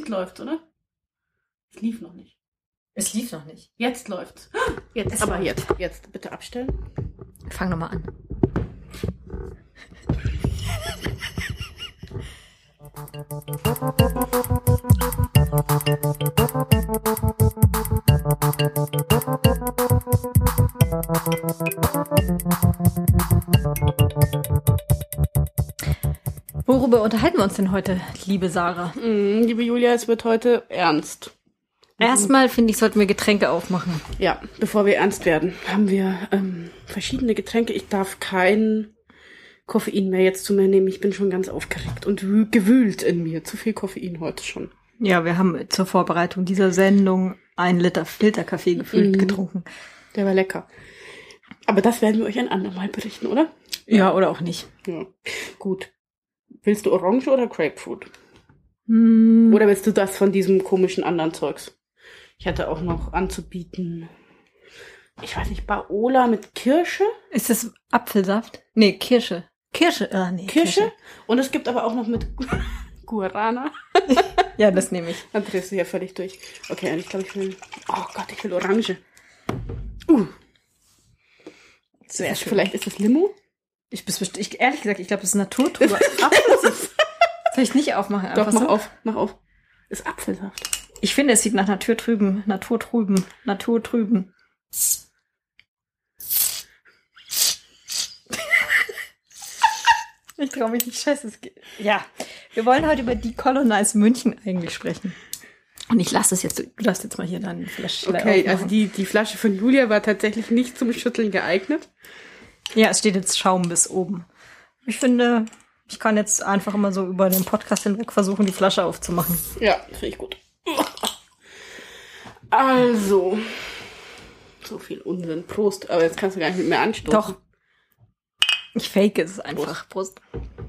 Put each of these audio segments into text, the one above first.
Jetzt läuft's, oder? Es lief noch nicht. Es lief noch nicht. Jetzt läuft's. Jetzt, aber jetzt bitte abstellen. Fang nochmal an. Worüber unterhalten wir uns denn heute, liebe Sarah? Liebe Julia, es wird heute ernst. Erstmal, finde ich, sollten wir Getränke aufmachen. Ja, bevor wir ernst werden, haben wir verschiedene Getränke. Ich darf kein Koffein mehr jetzt zu mir nehmen. Ich bin schon ganz aufgeregt und gewühlt in mir. Zu viel Koffein heute schon. Ja, wir haben zur Vorbereitung dieser Sendung 1 Liter Filterkaffee gefüllt getrunken. Der war lecker. Aber das werden wir euch ein andermal berichten, oder? Ja, oder auch nicht. Ja, gut. Willst du Orange oder Grapefruit? Oder willst du das von diesem komischen anderen Zeugs? Ich hätte auch noch anzubieten, ich weiß nicht, Baola mit Kirsche? Ist das Apfelsaft? Nee, Kirsche. Kirsche. Und es gibt aber auch noch mit Guarana. Ja, das nehme ich. Dann drehst du ja völlig durch. Okay, und ich glaube, ich will Orange. Sehr schön. Vielleicht ist das Limo? Ehrlich gesagt, ich glaube, das ist naturtrüber Apfelsaft. Soll ich nicht aufmachen? Doch, mach auf. Ist Apfelsaft. Ich finde, es sieht nach naturtrüben. Ich traue mich nicht, scheiße. Ja, wir wollen heute über Decolonize München eigentlich sprechen. Und ich lasse es jetzt, du darfst jetzt mal hier deine Flasche Okay, aufmachen. also die Flasche von Julia war tatsächlich nicht zum Schütteln geeignet. Ja, es steht jetzt Schaum bis oben. Ich finde, ich kann jetzt einfach immer so über den Podcast hinweg versuchen, die Flasche aufzumachen. Ja, finde ich gut. Also, so viel Unsinn. Prost. Aber jetzt kannst du gar nicht mit mir anstoßen. Doch. Ich fake es einfach. Prost.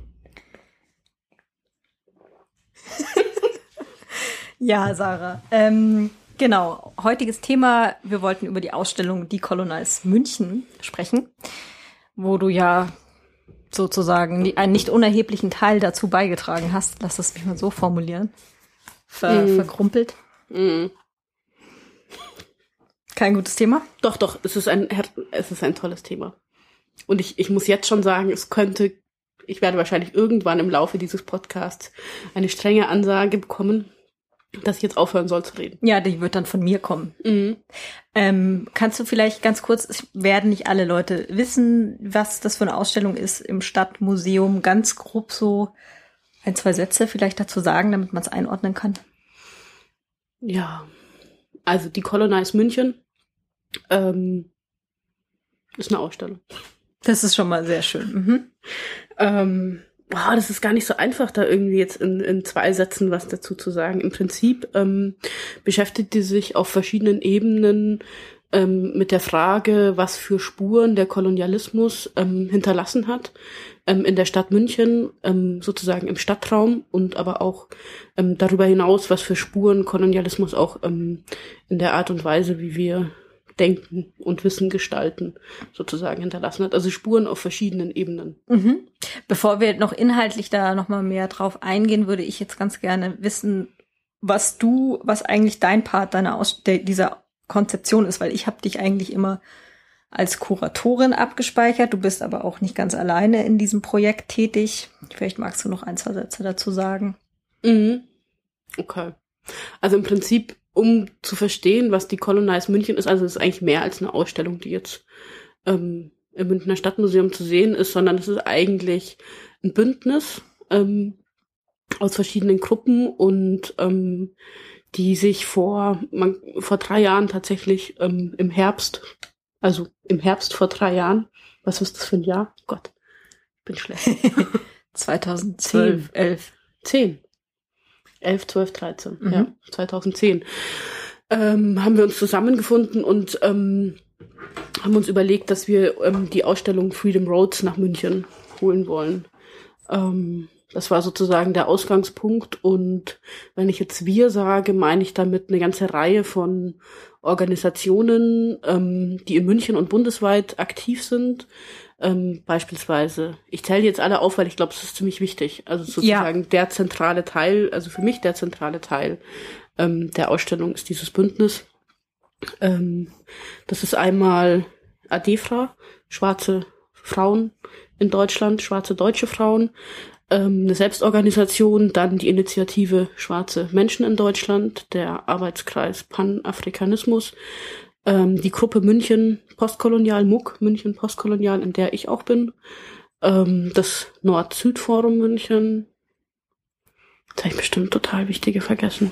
Ja, Sarah. Genau. Heutiges Thema. Wir wollten über die Ausstellung Decolonize München sprechen, wo du ja sozusagen einen nicht unerheblichen Teil dazu beigetragen hast. Lass das mich mal so formulieren. Verkrumpelt. Kein gutes Thema? Doch, es ist ein tolles Thema. Und ich muss jetzt schon sagen, ich werde wahrscheinlich irgendwann im Laufe dieses Podcasts eine strenge Ansage bekommen, dass ich jetzt aufhören soll zu reden. Ja, die wird dann von mir kommen. Kannst du vielleicht ganz kurz, es werden nicht alle Leute wissen, was das für eine Ausstellung ist im Stadtmuseum, ganz grob so 1, 2 Sätze vielleicht dazu sagen, damit man es einordnen kann? Ja, also Decolonize München ist eine Ausstellung. Das ist schon mal sehr schön. Das ist gar nicht so einfach, da irgendwie jetzt in 2 Sätzen was dazu zu sagen. Im Prinzip beschäftigt die sich auf verschiedenen Ebenen mit der Frage, was für Spuren der Kolonialismus hinterlassen hat in der Stadt München, sozusagen im Stadtraum und aber auch darüber hinaus, was für Spuren Kolonialismus auch in der Art und Weise, wie wir Denken und Wissen gestalten, sozusagen hinterlassen hat. Also Spuren auf verschiedenen Ebenen. Bevor wir noch inhaltlich da noch mal mehr drauf eingehen, würde ich jetzt ganz gerne wissen, was eigentlich dein Part dieser Konzeption ist, weil ich habe dich eigentlich immer als Kuratorin abgespeichert. Du bist aber auch nicht ganz alleine in diesem Projekt tätig. Vielleicht magst du noch 1, 2 Sätze dazu sagen. Okay. Also im Prinzip, um zu verstehen, was Decolonize München ist, also es ist eigentlich mehr als eine Ausstellung, die jetzt im Münchner Stadtmuseum zu sehen ist, sondern es ist eigentlich ein Bündnis aus verschiedenen Gruppen und die sich vor 3 Jahren tatsächlich im Herbst vor 3 Jahren, was ist das für ein Jahr? Gott, ich bin schlecht. 2012, 11. 11, 12, 13, ja, 2010, haben wir uns zusammengefunden und haben uns überlegt, dass wir die Ausstellung Freedom Roads nach München holen wollen. Das war sozusagen der Ausgangspunkt und wenn ich jetzt wir sage, meine ich damit eine ganze Reihe von Organisationen, die in München und bundesweit aktiv sind, Beispielsweise. Ich zähle jetzt alle auf, weil ich glaube, es ist ziemlich wichtig. Also sozusagen der zentrale Teil, also für mich der zentrale Teil der Ausstellung ist dieses Bündnis. Das ist einmal ADEFRA, schwarze Frauen in Deutschland, schwarze deutsche Frauen, eine Selbstorganisation, dann die Initiative Schwarze Menschen in Deutschland, der Arbeitskreis Pan-Afrikanismus, die Gruppe München Postkolonial, MUK München Postkolonial, in der ich auch bin, das Nord-Süd-Forum München, jetzt habe ich bestimmt total wichtige vergessen,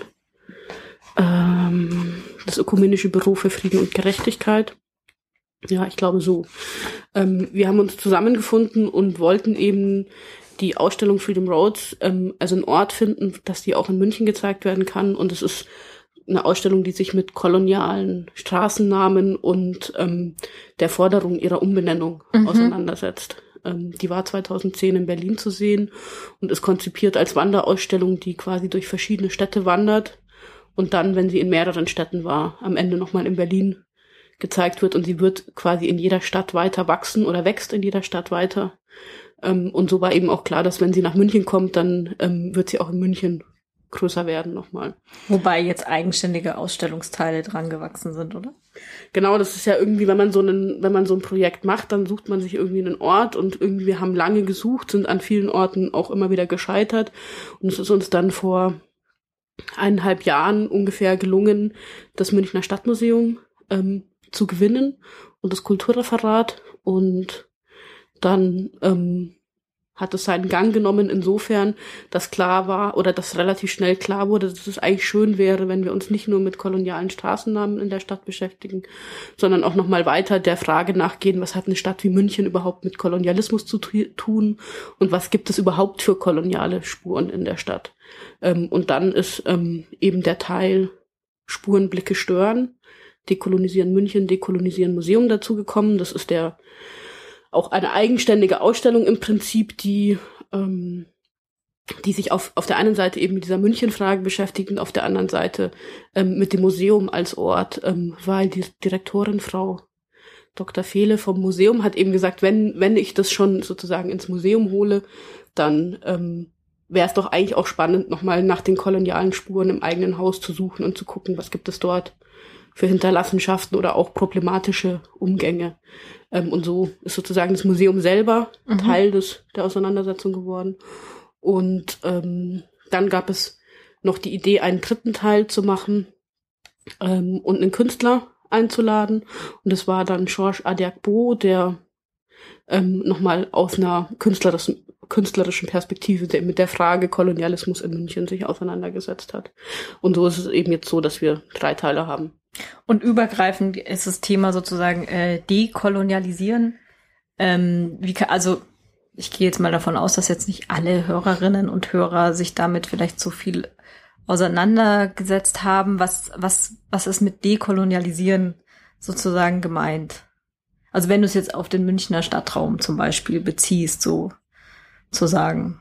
das Ökumenische Büro für Frieden und Gerechtigkeit. Ja, ich glaube so. Wir haben uns zusammengefunden und wollten eben die Ausstellung Freedom Roads, also einen Ort finden, dass die auch in München gezeigt werden kann. Und es ist eine Ausstellung, die sich mit kolonialen Straßennamen und der Forderung ihrer Umbenennung auseinandersetzt. Die war 2010 in Berlin zu sehen und ist konzipiert als Wanderausstellung, die quasi durch verschiedene Städte wandert und dann, wenn sie in mehreren Städten war, am Ende nochmal in Berlin gezeigt wird. Und sie wird quasi in jeder Stadt weiter wachsen oder wächst in jeder Stadt weiter. Und so war eben auch klar, dass wenn sie nach München kommt, dann wird sie auch in München größer werden nochmal. Wobei jetzt eigenständige Ausstellungsteile dran gewachsen sind, oder? Genau, das ist ja irgendwie, wenn man so ein Projekt macht, dann sucht man sich irgendwie einen Ort und irgendwie, wir haben lange gesucht, sind an vielen Orten auch immer wieder gescheitert. Und es ist uns dann vor 1,5 Jahren ungefähr gelungen, das Münchner Stadtmuseum zu gewinnen und das Kulturreferat, und dann hat es seinen Gang genommen insofern, dass klar war oder dass relativ schnell klar wurde, dass es eigentlich schön wäre, wenn wir uns nicht nur mit kolonialen Straßennamen in der Stadt beschäftigen, sondern auch nochmal weiter der Frage nachgehen, was hat eine Stadt wie München überhaupt mit Kolonialismus zu tun und was gibt es überhaupt für koloniale Spuren in der Stadt. Und dann ist eben der Teil Spurenblicke stören, Dekolonisieren München, Dekolonisieren Museum dazugekommen. Das ist auch eine eigenständige Ausstellung im Prinzip, die sich auf der einen Seite eben mit dieser München-Frage beschäftigt und auf der anderen Seite mit dem Museum als Ort, weil die Direktorin, Frau Dr. Fehle vom Museum, hat eben gesagt, wenn ich das schon sozusagen ins Museum hole, dann wäre es doch eigentlich auch spannend, nochmal nach den kolonialen Spuren im eigenen Haus zu suchen und zu gucken, was gibt es dort für Hinterlassenschaften oder auch problematische Umgänge. Und so ist sozusagen das Museum selber Teil der Auseinandersetzung geworden. Und dann gab es noch die Idee, einen dritten Teil zu machen und einen Künstler einzuladen. Und das war dann Georges Adiakbo, der nochmal aus einer künstlerischen Perspektive mit der Frage Kolonialismus in München sich auseinandergesetzt hat. Und so ist es eben jetzt so, dass wir 3 Teile haben. Und übergreifend ist das Thema sozusagen dekolonialisieren. Also ich gehe jetzt mal davon aus, dass jetzt nicht alle Hörerinnen und Hörer sich damit vielleicht so viel auseinandergesetzt haben. Was ist mit dekolonialisieren sozusagen gemeint? Also wenn du es jetzt auf den Münchner Stadtraum zum Beispiel beziehst, so zu sagen.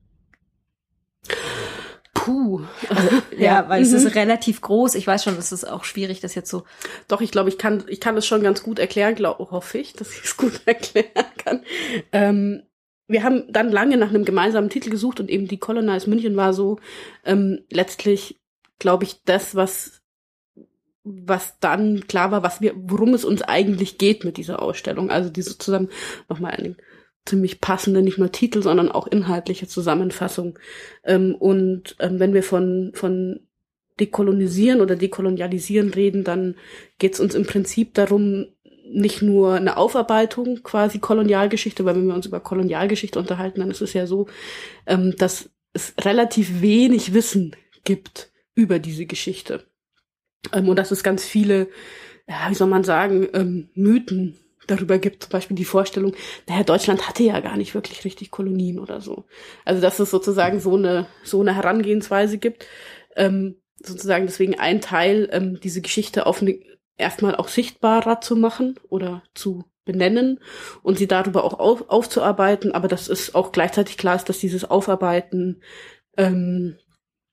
Also, ja, weil es ist relativ groß. Ich weiß schon, es ist auch schwierig, das jetzt so. Doch, ich glaube, ich kann es schon ganz gut erklären, hoffe ich, dass ich es gut erklären kann. Wir haben dann lange nach einem gemeinsamen Titel gesucht und eben Decolonize München war so letztlich, glaube ich, das, was dann klar war, worum es uns eigentlich geht mit dieser Ausstellung. Also diese zusammen nochmal eine ziemlich passende, nicht nur Titel, sondern auch inhaltliche Zusammenfassung. Und wenn wir von dekolonisieren oder dekolonialisieren reden, dann geht es uns im Prinzip darum, nicht nur eine Aufarbeitung quasi Kolonialgeschichte, weil wenn wir uns über Kolonialgeschichte unterhalten, dann ist es ja so, dass es relativ wenig Wissen gibt über diese Geschichte. Und dass es ganz viele, wie soll man sagen, Mythen darüber gibt, zum Beispiel die Vorstellung, Deutschland hatte ja gar nicht wirklich richtig Kolonien oder so. Also dass es sozusagen so eine Herangehensweise gibt, sozusagen deswegen ein Teil, diese Geschichte erstmal auch sichtbarer zu machen oder zu benennen und sie darüber auch aufzuarbeiten, aber dass es auch gleichzeitig klar ist, dass dieses Aufarbeiten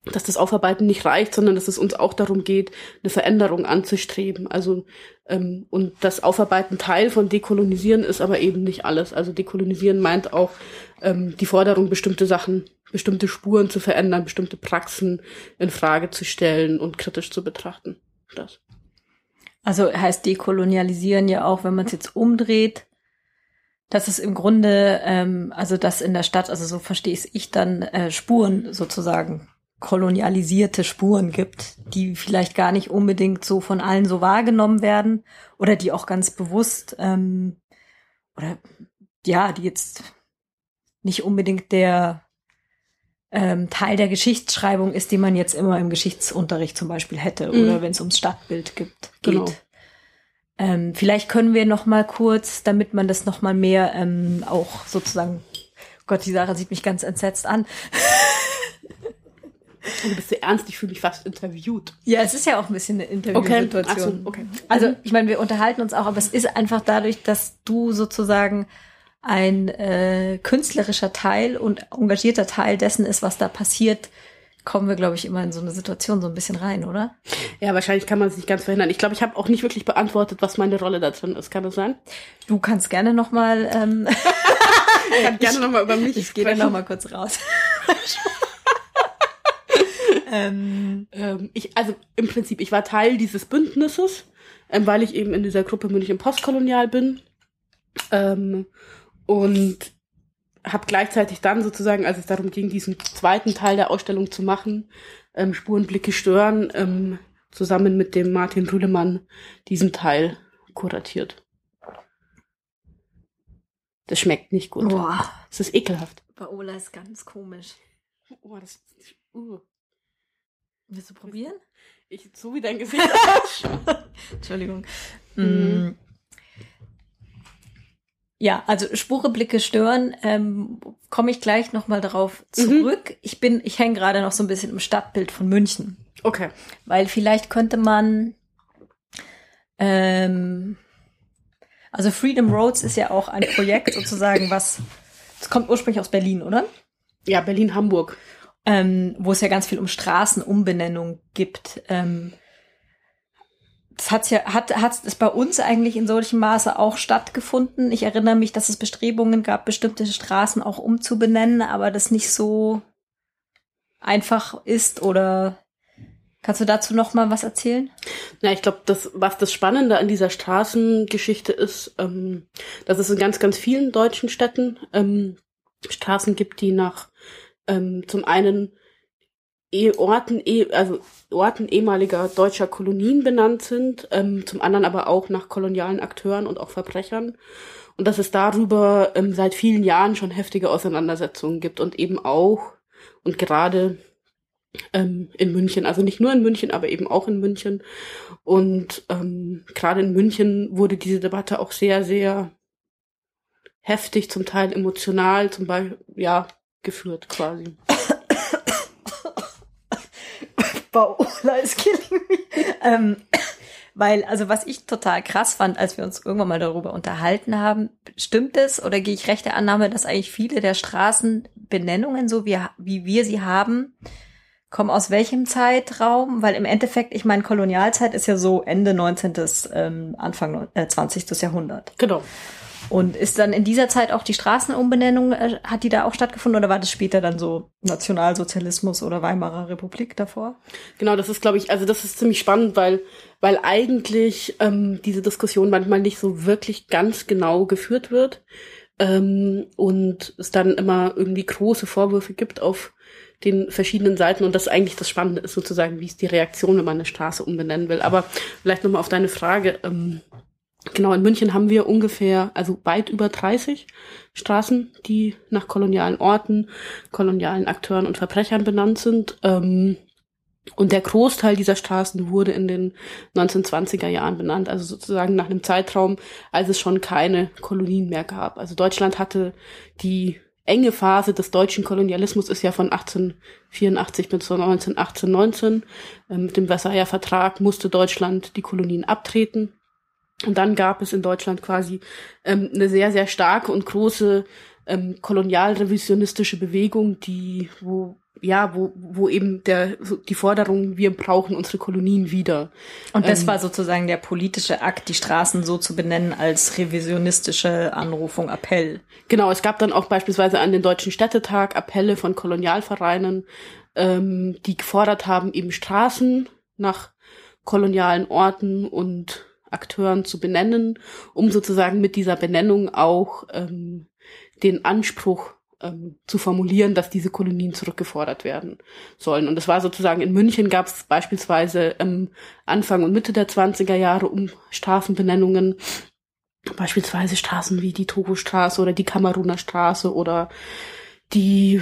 dass das Aufarbeiten nicht reicht, sondern dass es uns auch darum geht, eine Veränderung anzustreben. Also und das Aufarbeiten Teil von Dekolonisieren ist aber eben nicht alles. Also Dekolonisieren meint auch die Forderung, bestimmte Sachen, bestimmte Spuren zu verändern, bestimmte Praxen in Frage zu stellen und kritisch zu betrachten. Das. Also heißt Dekolonialisieren ja auch, wenn man es jetzt umdreht, dass es im Grunde, also dass in der Stadt, also so verstehe ich dann, Spuren sozusagen, kolonialisierte Spuren gibt, die vielleicht gar nicht unbedingt so von allen so wahrgenommen werden oder die auch ganz bewusst oder ja, die jetzt nicht unbedingt der Teil der Geschichtsschreibung ist, den man jetzt immer im Geschichtsunterricht zum Beispiel hätte oder wenn es ums Stadtbild geht. Genau. Vielleicht können wir noch mal kurz, damit man das noch mal mehr auch sozusagen, Gott, die Sarah sieht mich ganz entsetzt an. Du bist so ernst, ich fühle mich fast interviewt. Ja, es ist ja auch ein bisschen eine Interviewsituation. Okay. Also ich meine, wir unterhalten uns auch, aber es ist einfach dadurch, dass du sozusagen ein künstlerischer Teil und engagierter Teil dessen ist, was da passiert, kommen wir, glaube ich, immer in so eine Situation so ein bisschen rein, oder? Ja, wahrscheinlich kann man es nicht ganz verhindern. Ich glaube, ich habe auch nicht wirklich beantwortet, was meine Rolle da drin ist. Kann das sein? Du kannst gerne noch mal ich kann gerne noch mal über mich Ich gehe dann noch mal kurz raus. Also im Prinzip, ich war Teil dieses Bündnisses, weil ich eben in dieser Gruppe München Postkolonial bin und habe gleichzeitig dann sozusagen, als es darum ging, diesen zweiten Teil der Ausstellung zu machen, Spurenblicke stören, zusammen mit dem Martin Rühlemann diesen Teil kuratiert. Das schmeckt nicht gut. Boah. Das ist ekelhaft. Paola ist ganz komisch. Oh, das Willst du probieren? So wie dein Gesicht ausschaut. Entschuldigung. Ja, also Spurenblicke stören, komme ich gleich nochmal darauf zurück. Ich hänge gerade noch so ein bisschen im Stadtbild von München. Okay. Weil vielleicht könnte man, also Freedom Roads ist ja auch ein Projekt sozusagen, das kommt ursprünglich aus Berlin, oder? Ja, Berlin-Hamburg. Wo es ja ganz viel um Straßenumbenennung gibt. Das hat es bei uns eigentlich in solchem Maße auch stattgefunden. Ich erinnere mich, dass es Bestrebungen gab, bestimmte Straßen auch umzubenennen, aber das nicht so einfach ist. Oder kannst du dazu noch mal was erzählen? Ja, ich glaube, was das Spannende an dieser Straßengeschichte ist, dass es in ganz, ganz vielen deutschen Städten Straßen gibt, die nach zum einen Orten ehemaliger deutscher Kolonien benannt sind, zum anderen aber auch nach kolonialen Akteuren und auch Verbrechern. Und dass es darüber seit vielen Jahren schon heftige Auseinandersetzungen gibt und eben auch und gerade in München, also nicht nur in München, aber eben auch in München. Und gerade in München wurde diese Debatte auch sehr, sehr heftig, zum Teil emotional, zum Beispiel, ja, geführt quasi. Paola is killing me. Weil, also was ich total krass fand, als wir uns irgendwann mal darüber unterhalten haben, stimmt es oder gehe ich recht der Annahme, dass eigentlich viele der Straßenbenennungen, so wie wir sie haben, kommen aus welchem Zeitraum? Weil im Endeffekt, ich meine, Kolonialzeit ist ja so Ende 19., Anfang 20. Jahrhundert. Genau. Und ist dann in dieser Zeit auch die Straßenumbenennung, hat die da auch stattgefunden oder war das später dann so Nationalsozialismus oder Weimarer Republik davor? Genau, das ist, glaube ich, also das ist ziemlich spannend, weil eigentlich diese Diskussion manchmal nicht so wirklich ganz genau geführt wird und es dann immer irgendwie große Vorwürfe gibt auf den verschiedenen Seiten und das eigentlich das Spannende ist sozusagen, wie ist die Reaktion, wenn man eine Straße umbenennen will. Aber vielleicht nochmal auf deine Frage. Genau, in München haben wir ungefähr, also weit über 30 Straßen, die nach kolonialen Orten, kolonialen Akteuren und Verbrechern benannt sind. Und der Großteil dieser Straßen wurde in den 1920er Jahren benannt, also sozusagen nach einem Zeitraum, als es schon keine Kolonien mehr gab. Also Deutschland hatte die enge Phase des deutschen Kolonialismus ist ja von 1884 bis 1918, mit dem Versailler Vertrag musste Deutschland die Kolonien abtreten. Und dann gab es in Deutschland quasi eine sehr, sehr starke und große kolonialrevisionistische Bewegung, wo wo eben die Forderung, wir brauchen unsere Kolonien wieder. Und das war sozusagen der politische Akt, die Straßen so zu benennen als revisionistische Anrufung, Appell. Genau, es gab dann auch beispielsweise an den Deutschen Städtetag Appelle von Kolonialvereinen, die gefordert haben, eben Straßen nach kolonialen Orten und Akteuren zu benennen, um sozusagen mit dieser Benennung auch den Anspruch zu formulieren, dass diese Kolonien zurückgefordert werden sollen. Und es war sozusagen, in München gab es beispielsweise Anfang und Mitte der 20er Jahre Straßenbenennungen, beispielsweise Straßen wie die Togo-Straße oder die Kameruner Straße oder die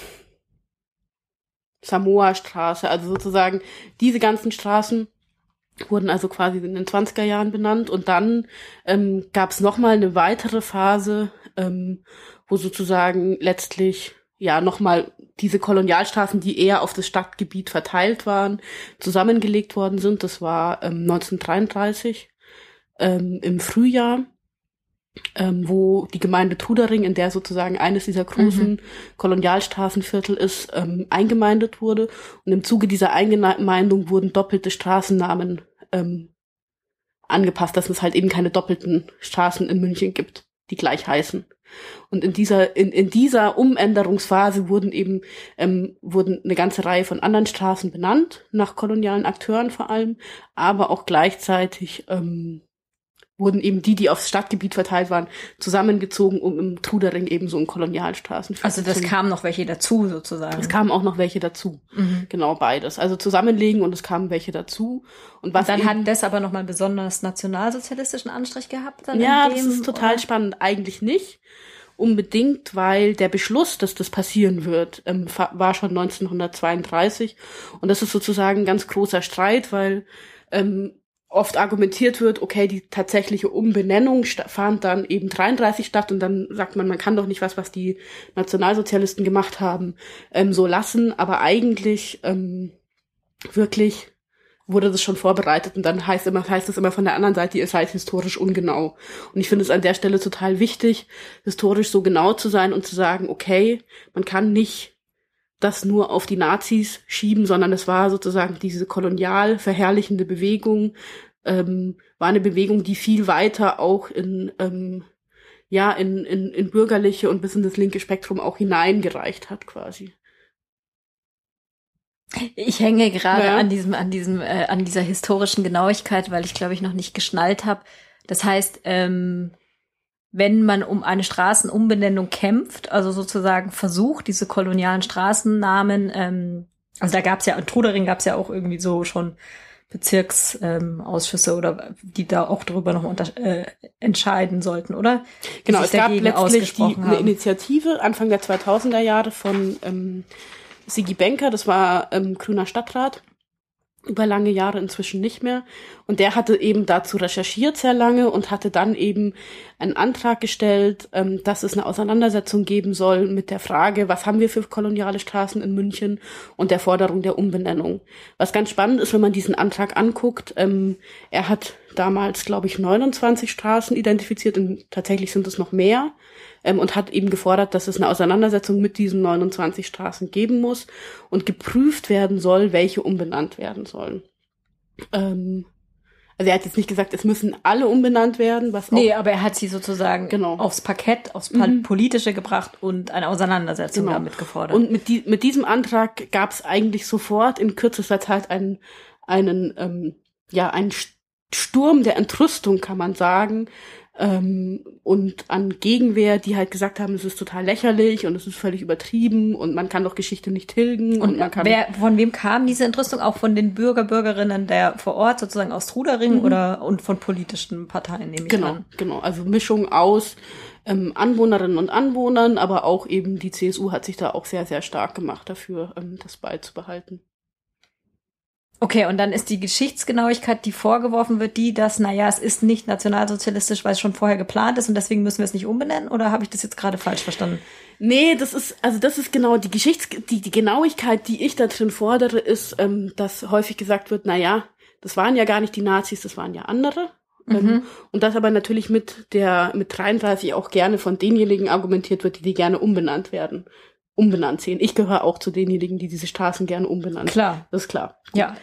Samoa-Straße, also sozusagen diese ganzen Straßen wurden also quasi in den 20er Jahren benannt und dann gab es nochmal eine weitere Phase, wo sozusagen letztlich nochmal diese Kolonialstraßen, die eher auf das Stadtgebiet verteilt waren, zusammengelegt worden sind. Das war 1933 im Frühjahr, wo die Gemeinde Trudering, in der sozusagen eines dieser großen Kolonialstraßenviertel ist, eingemeindet wurde. Und im Zuge dieser Eingemeindung wurden doppelte Straßennamen angepasst, dass es halt eben keine doppelten Straßen in München gibt, die gleich heißen. Und in dieser Umänderungsphase wurden eine ganze Reihe von anderen Straßen benannt, nach kolonialen Akteuren vor allem, aber auch gleichzeitig wurden eben die aufs Stadtgebiet verteilt waren, zusammengezogen, um im Trudering eben so ein Kolonialstraßen. Also das kamen noch welche dazu sozusagen. Es kamen auch noch welche dazu. Genau, beides. Also zusammenlegen und es kamen welche dazu. Und dann hat das aber nochmal einen besonders nationalsozialistischen Anstrich gehabt? Das ist total spannend. Eigentlich nicht unbedingt, weil der Beschluss, dass das passieren wird, war schon 1932. Und das ist sozusagen ein ganz großer Streit, weil oft argumentiert wird, okay, die tatsächliche Umbenennung fand dann eben 33 statt und dann sagt man kann doch nicht was die Nationalsozialisten gemacht haben, so lassen, aber eigentlich wirklich wurde das schon vorbereitet und dann heißt es immer von der anderen Seite, ihr seid historisch ungenau. Und ich finde es an der Stelle total wichtig, historisch so genau zu sein und zu sagen, okay, man kann nicht das nur auf die Nazis schieben, sondern es war sozusagen diese kolonial verherrlichende Bewegung, war eine Bewegung, die viel weiter auch in bürgerliche und bis in das linke Spektrum auch hineingereicht hat quasi. Ich hänge gerade an dieser historischen Genauigkeit, weil ich glaube ich noch nicht geschnallt habe. Das heißt, wenn man um eine Straßenumbenennung kämpft, also sozusagen versucht, diese kolonialen Straßennamen, also da gab es ja, in Trudering gab es ja auch irgendwie so schon Bezirksausschüsse oder die da auch darüber noch entscheiden sollten, oder? Genau, es gab letztlich eine Initiative Anfang der 2000er Jahre von Sigi Benker, das war grüner Stadtrat, über lange Jahre inzwischen nicht mehr. Und der hatte eben dazu recherchiert sehr lange und hatte dann eben einen Antrag gestellt, dass es eine Auseinandersetzung geben soll mit der Frage, was haben wir für koloniale Straßen in München und der Forderung der Umbenennung. Was ganz spannend ist, wenn man diesen Antrag anguckt, er hat damals, glaube ich, 29 Straßen identifiziert und tatsächlich sind es noch mehr. Und hat eben gefordert, dass es eine Auseinandersetzung mit diesen 29 Straßen geben muss und geprüft werden soll, welche umbenannt werden sollen. Also er hat jetzt nicht gesagt, es müssen alle umbenannt werden, was auch... Nee, aber er hat sie sozusagen aufs Parkett, aufs Politische gebracht und eine Auseinandersetzung damit gefordert. Und mit diesem Antrag gab es eigentlich sofort in kürzester Zeit einen Sturm der Entrüstung, kann man sagen, und an Gegenwehr, die halt gesagt haben, es ist total lächerlich und es ist völlig übertrieben und man kann doch Geschichte nicht tilgen. Und man kann von wem kam diese Entrüstung? Auch von den Bürgerinnen der vor Ort, sozusagen aus Trudering und von politischen Parteien, nehme ich an? Genau, also Mischung aus Anwohnerinnen und Anwohnern, aber auch eben die CSU hat sich da auch sehr, sehr stark gemacht dafür, das beizubehalten. Okay, und dann ist die Geschichtsgenauigkeit, die vorgeworfen wird, dass, es ist nicht nationalsozialistisch, weil es schon vorher geplant ist und deswegen müssen wir es nicht umbenennen, oder habe ich das jetzt gerade falsch verstanden? Nee, das ist genau die die Genauigkeit, die ich da drin fordere, ist, dass häufig gesagt wird, das waren ja gar nicht die Nazis, das waren ja andere. Und das aber natürlich mit 33 auch gerne von denjenigen argumentiert wird, die gerne umbenannt werden umbenannt sehen. Ich gehöre auch zu denjenigen, die diese Straßen gerne umbenennen. Klar. Das ist klar. Ja.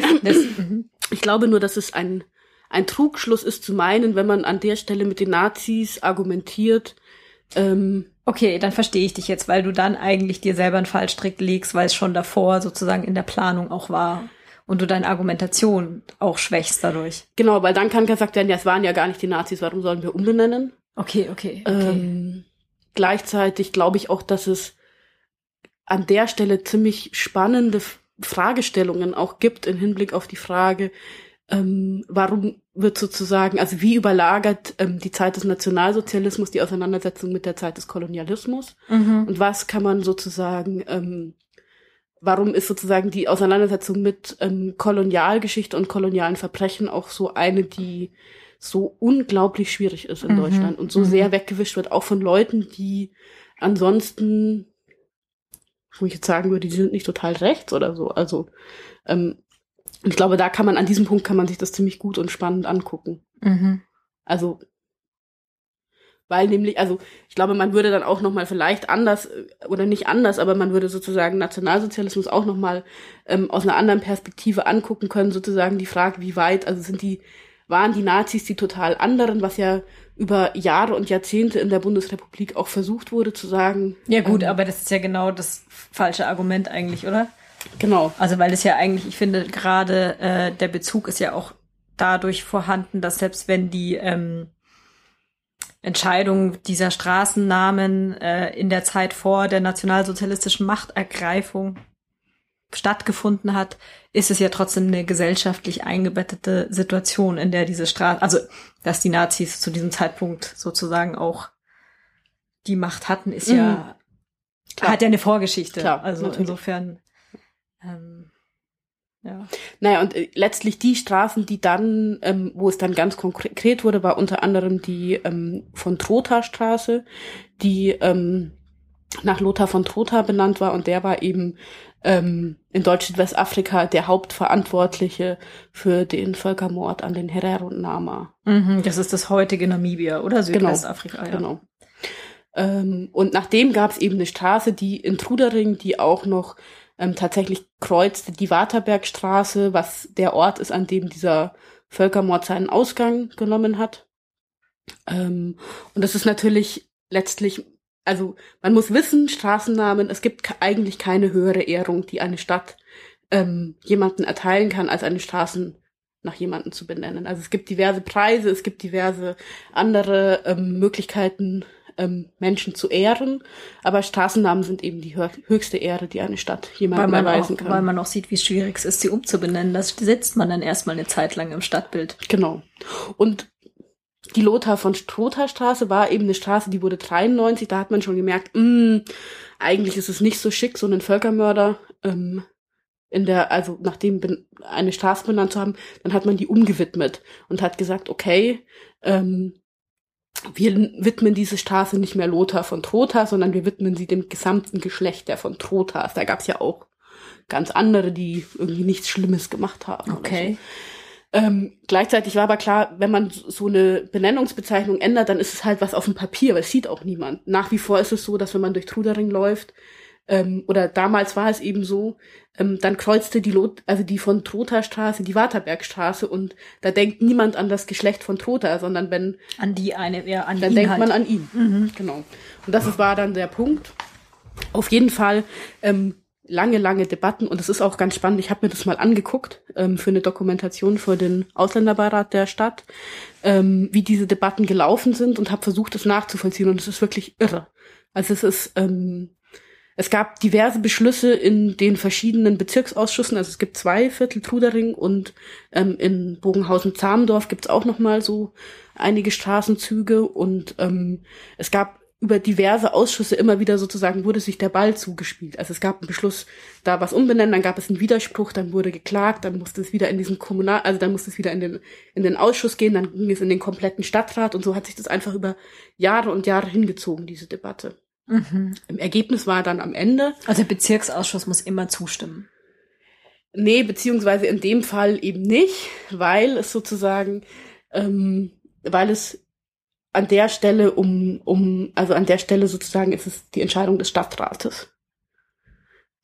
Ich glaube nur, dass es ein Trugschluss ist zu meinen, wenn man an der Stelle mit den Nazis argumentiert. Okay, dann verstehe ich dich jetzt, weil du dann eigentlich dir selber einen Fallstrick legst, weil es schon davor sozusagen in der Planung auch war und du deine Argumentation auch schwächst dadurch. Genau, weil dann kann gesagt werden, ja, es waren ja gar nicht die Nazis, warum sollen wir umbenennen? Okay. Gleichzeitig glaube ich auch, dass es an der Stelle ziemlich spannende Fragestellungen auch gibt im Hinblick auf die Frage, warum wird sozusagen, also wie überlagert die Zeit des Nationalsozialismus die Auseinandersetzung mit der Zeit des Kolonialismus und was kann man sozusagen, warum ist sozusagen die Auseinandersetzung mit Kolonialgeschichte und kolonialen Verbrechen auch so eine, die so unglaublich schwierig ist in Deutschland und so sehr weggewischt wird, auch von Leuten, die ansonsten, wo ich jetzt sagen würde, die sind nicht total rechts oder so, also ich glaube, an diesem Punkt kann man sich das ziemlich gut und spannend angucken. Also, weil nämlich, also ich glaube, man würde dann auch nochmal vielleicht anders, oder nicht anders, aber man würde sozusagen Nationalsozialismus auch nochmal aus einer anderen Perspektive angucken können, sozusagen die Frage, wie weit, also waren die Nazis die total anderen, was ja über Jahre und Jahrzehnte in der Bundesrepublik auch versucht wurde zu sagen. Ja gut, aber das ist ja genau das falsche Argument eigentlich, oder? Genau. Also weil es ja eigentlich, ich finde gerade der Bezug ist ja auch dadurch vorhanden, dass selbst wenn die Entscheidung dieser Straßennamen in der Zeit vor der nationalsozialistischen Machtergreifung stattgefunden hat, ist es ja trotzdem eine gesellschaftlich eingebettete Situation, in der diese also dass die Nazis zu diesem Zeitpunkt sozusagen auch die Macht hatten, ist ja, hat ja eine Vorgeschichte. Klar, also natürlich. Insofern ja. Naja, und letztlich die Straßen, die dann, wo es dann ganz konkret wurde, war unter anderem die von Trotha Straße, die nach Lothar von Trotha benannt war und der war eben in Deutsch-Südwestafrika der Hauptverantwortliche für den Völkermord an den Herero und Nama. Das ist das heutige Namibia, oder? Südwestafrika, genau. Und nachdem gab es eben eine Straße, die in Trudering, die auch noch tatsächlich kreuzte die Waterbergstraße, was der Ort ist, an dem dieser Völkermord seinen Ausgang genommen hat. Und das ist natürlich letztlich, also man muss wissen, Straßennamen, es gibt eigentlich keine höhere Ehrung, die eine Stadt jemanden erteilen kann, als eine Straßen nach jemanden zu benennen. Also es gibt diverse Preise, es gibt diverse andere Möglichkeiten, Menschen zu ehren, aber Straßennamen sind eben die höchste Ehre, die eine Stadt jemandem erweisen kann. Weil man auch sieht, wie schwierig es ist, sie umzubenennen. Das setzt man dann erstmal eine Zeit lang im Stadtbild. Genau. Und die Lothar von Trotha Straße war eben eine Straße, die wurde 93, da hat man schon gemerkt, eigentlich ist es nicht so schick, so einen Völkermörder nachdem eine Straße benannt zu haben, dann hat man die umgewidmet und hat gesagt, okay, wir widmen diese Straße nicht mehr Lothar von Trotha, sondern wir widmen sie dem gesamten Geschlecht der von Trothas. Da gab es ja auch ganz andere, die irgendwie nichts Schlimmes gemacht haben. Okay. Gleichzeitig war aber klar, wenn man so eine Benennungsbezeichnung ändert, dann ist es halt was auf dem Papier, weil es sieht auch niemand. Nach wie vor ist es so, dass wenn man durch Trudering läuft, oder damals war es eben so, dann kreuzte die von Trotha Straße die Waterbergstraße und da denkt niemand an das Geschlecht von Trotha, sondern dann denkt man an ihn. Genau. Und das war dann der Punkt. Auf jeden Fall lange Debatten und es ist auch ganz spannend. Ich habe mir das mal angeguckt für eine Dokumentation für den Ausländerbeirat der Stadt, wie diese Debatten gelaufen sind und habe versucht, das nachzuvollziehen und es ist wirklich irre. Also es gab diverse Beschlüsse in den verschiedenen Bezirksausschüssen. Also es gibt 2 Viertel Trudering und in Bogenhausen-Zamdorf gibt es auch noch mal so einige Straßenzüge. Und es gab über diverse Ausschüsse immer wieder sozusagen, wurde sich der Ball zugespielt. Also es gab einen Beschluss, da was umbenennen, dann gab es einen Widerspruch, dann wurde geklagt, dann musste es wieder in diesen dann musste es wieder in den Ausschuss gehen, dann ging es in den kompletten Stadtrat und so hat sich das einfach über Jahre und Jahre hingezogen, diese Debatte. Im Ergebnis war dann am Ende. Also der Bezirksausschuss muss immer zustimmen. Nee, beziehungsweise in dem Fall eben nicht, weil es sozusagen, weil es an der Stelle an der Stelle sozusagen ist es die Entscheidung des Stadtrates.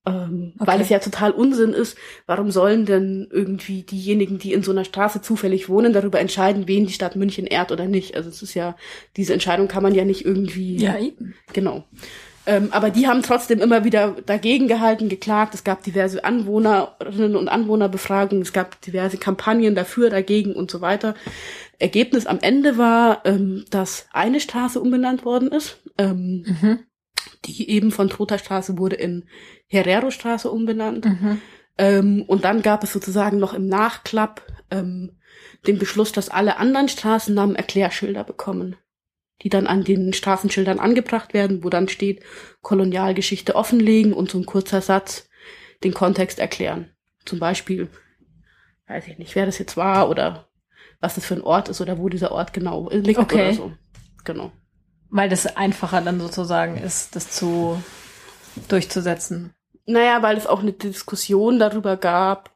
Weil es ja total Unsinn ist, warum sollen denn irgendwie diejenigen, die in so einer Straße zufällig wohnen, darüber entscheiden, wen die Stadt München ehrt oder nicht. Also es ist ja, diese Entscheidung kann man ja nicht irgendwie... Ja, eben. Genau. Aber die haben trotzdem immer wieder dagegen gehalten, geklagt. Es gab diverse Anwohnerinnen und Anwohnerbefragungen, es gab diverse Kampagnen dafür, dagegen und so weiter. Ergebnis am Ende war, dass eine Straße umbenannt worden ist. Die eben von Trotha-Straße wurde in Herrero-Straße umbenannt. Und dann gab es sozusagen noch im Nachklapp den Beschluss, dass alle anderen Straßennamen Erklärschilder bekommen, die dann an den Straßenschildern angebracht werden, wo dann steht, Kolonialgeschichte offenlegen und so ein kurzer Satz den Kontext erklären. Zum Beispiel, weiß ich nicht, wer das jetzt war oder was das für ein Ort ist oder wo dieser Ort genau liegt oder so. Genau. Weil das einfacher dann sozusagen ist, das durchzusetzen. Naja, weil es auch eine Diskussion darüber gab,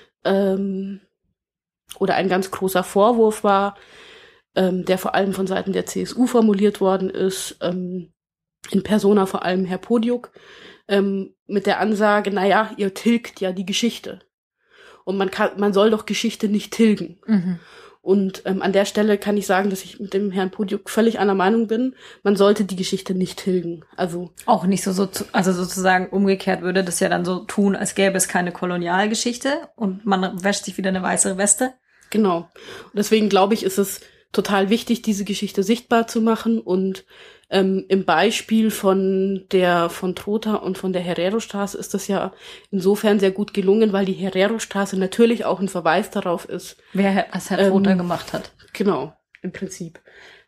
oder ein ganz großer Vorwurf war, der vor allem von Seiten der CSU formuliert worden ist, in persona vor allem Herr Podiuk, mit der Ansage, naja, ihr tilgt ja die Geschichte. Und man soll doch Geschichte nicht tilgen. Und an der Stelle kann ich sagen, dass ich mit dem Herrn Podiuk völlig einer Meinung bin. Man sollte die Geschichte nicht tilgen. Also auch nicht also sozusagen umgekehrt würde das ja dann so tun, als gäbe es keine Kolonialgeschichte und man wäscht sich wieder eine weiße Weste. Genau. Und deswegen glaube ich, ist es total wichtig, diese Geschichte sichtbar zu machen. Und im Beispiel von Trotha und von der Herrero-Straße ist das ja insofern sehr gut gelungen, weil die Herrero-Straße natürlich auch ein Verweis darauf ist. Was Herr Trotha gemacht hat. Genau, im Prinzip.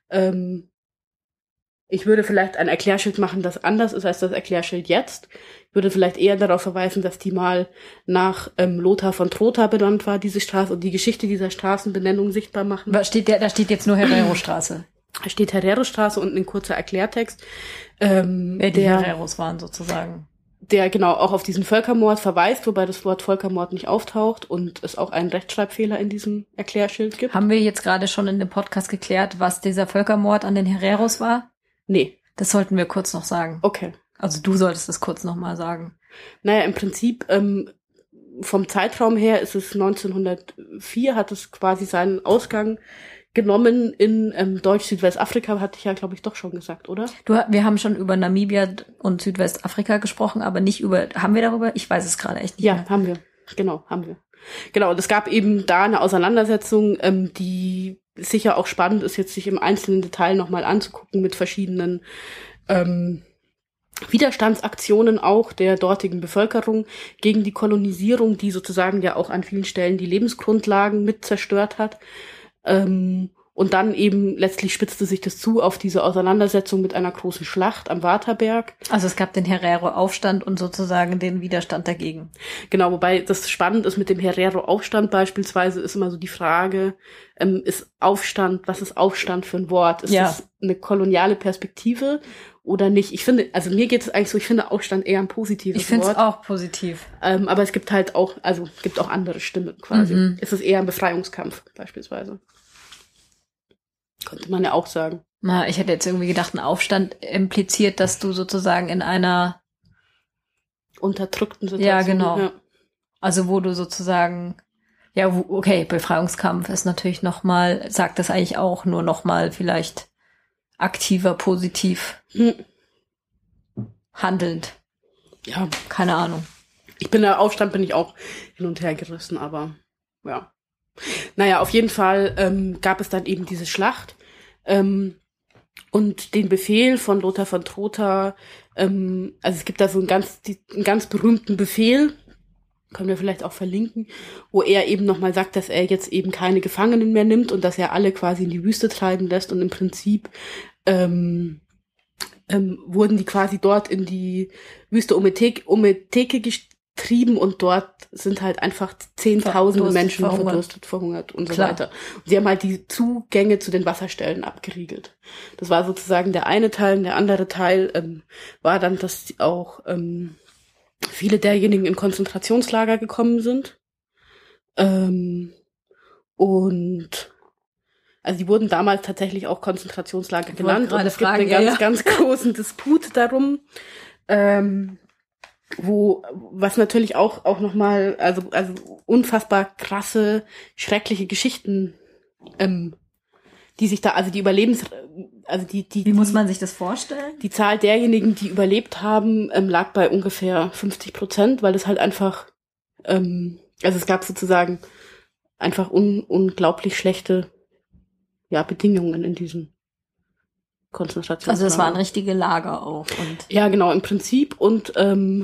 Ich würde vielleicht ein Erklärschild machen, das anders ist als das Erklärschild jetzt. Ich würde vielleicht eher darauf verweisen, dass die mal nach Lothar von Trotha benannt war, diese Straße, und die Geschichte dieser Straßenbenennung sichtbar machen. Da steht jetzt nur Herrero-Straße. Da steht Herrero-Straße und ein kurzer Erklärtext. Wer die Herreros waren sozusagen. Der genau auch auf diesen Völkermord verweist, wobei das Wort Völkermord nicht auftaucht und es auch einen Rechtschreibfehler in diesem Erklärschild gibt. Haben wir jetzt gerade schon in dem Podcast geklärt, was dieser Völkermord an den Herreros war? Nee. Das sollten wir kurz noch sagen. Okay. Also du solltest das kurz noch mal sagen. Naja, im Prinzip vom Zeitraum her ist es 1904, hat es quasi seinen Ausgang genommen in Deutsch-Südwestafrika, hatte ich ja, glaube ich, doch schon gesagt, oder? Wir haben schon über Namibia und Südwestafrika gesprochen, aber nicht haben wir darüber? Ich weiß es gerade echt nicht mehr. Ja, haben wir. Genau, haben wir. Genau, und es gab eben da eine Auseinandersetzung, die sicher auch spannend ist, jetzt sich im einzelnen Detail nochmal anzugucken mit verschiedenen Widerstandsaktionen auch der dortigen Bevölkerung gegen die Kolonisierung, die sozusagen ja auch an vielen Stellen die Lebensgrundlagen mit zerstört hat. Und dann eben letztlich spitzte sich das zu auf diese Auseinandersetzung mit einer großen Schlacht am Waterberg. Also es gab den Herero-Aufstand und sozusagen den Widerstand dagegen. Genau, wobei das spannend ist mit dem Herero-Aufstand beispielsweise, ist immer so die Frage, was ist Aufstand für ein Wort? Ist das eine koloniale Perspektive oder nicht? Ich finde, also mir geht es eigentlich so, ich finde Aufstand eher ein positives Wort. Ich finde es auch positiv. Aber es gibt halt auch, gibt auch andere Stimmen quasi. Es ist eher ein Befreiungskampf beispielsweise. Könnte man ja auch sagen. Na, ich hätte jetzt irgendwie gedacht, ein Aufstand impliziert, dass du sozusagen in einer unterdrückten Situation. Ja, genau. Ja. Also wo du sozusagen, okay, Befreiungskampf ist natürlich nochmal, sagt das eigentlich auch, nur nochmal vielleicht aktiver, positiv handelnd. Ja. Keine Ahnung. Aufstand bin ich auch hin und her gerissen, aber ja. Naja, auf jeden Fall gab es dann eben diese Schlacht und den Befehl von Lothar von Trotha, also es gibt da so einen ganz berühmten Befehl, können wir vielleicht auch verlinken, wo er eben nochmal sagt, dass er jetzt eben keine Gefangenen mehr nimmt und dass er alle quasi in die Wüste treiben lässt und im Prinzip wurden die quasi dort in die Wüste Ometeke getrieben und dort sind halt einfach Zehntausende Menschen verdurstet, verhungert und so weiter. Und sie haben halt die Zugänge zu den Wasserstellen abgeriegelt. Das war sozusagen der eine Teil. Und der andere Teil war dann, dass auch viele derjenigen in Konzentrationslager gekommen sind. Und also die wurden damals tatsächlich auch Konzentrationslager genannt. Und es gibt einen ganz großen Disput darum. was natürlich auch nochmal, also unfassbar krasse, schreckliche Geschichten, die sich da, also die Wie muss man sich das vorstellen? Die Zahl derjenigen, die überlebt haben, lag bei ungefähr 50%, weil es halt einfach, also es gab sozusagen einfach unglaublich schlechte, ja, Bedingungen in diesen Konzentrationslagern. Also das waren richtige Lager auch. Und ja, genau, im Prinzip. Und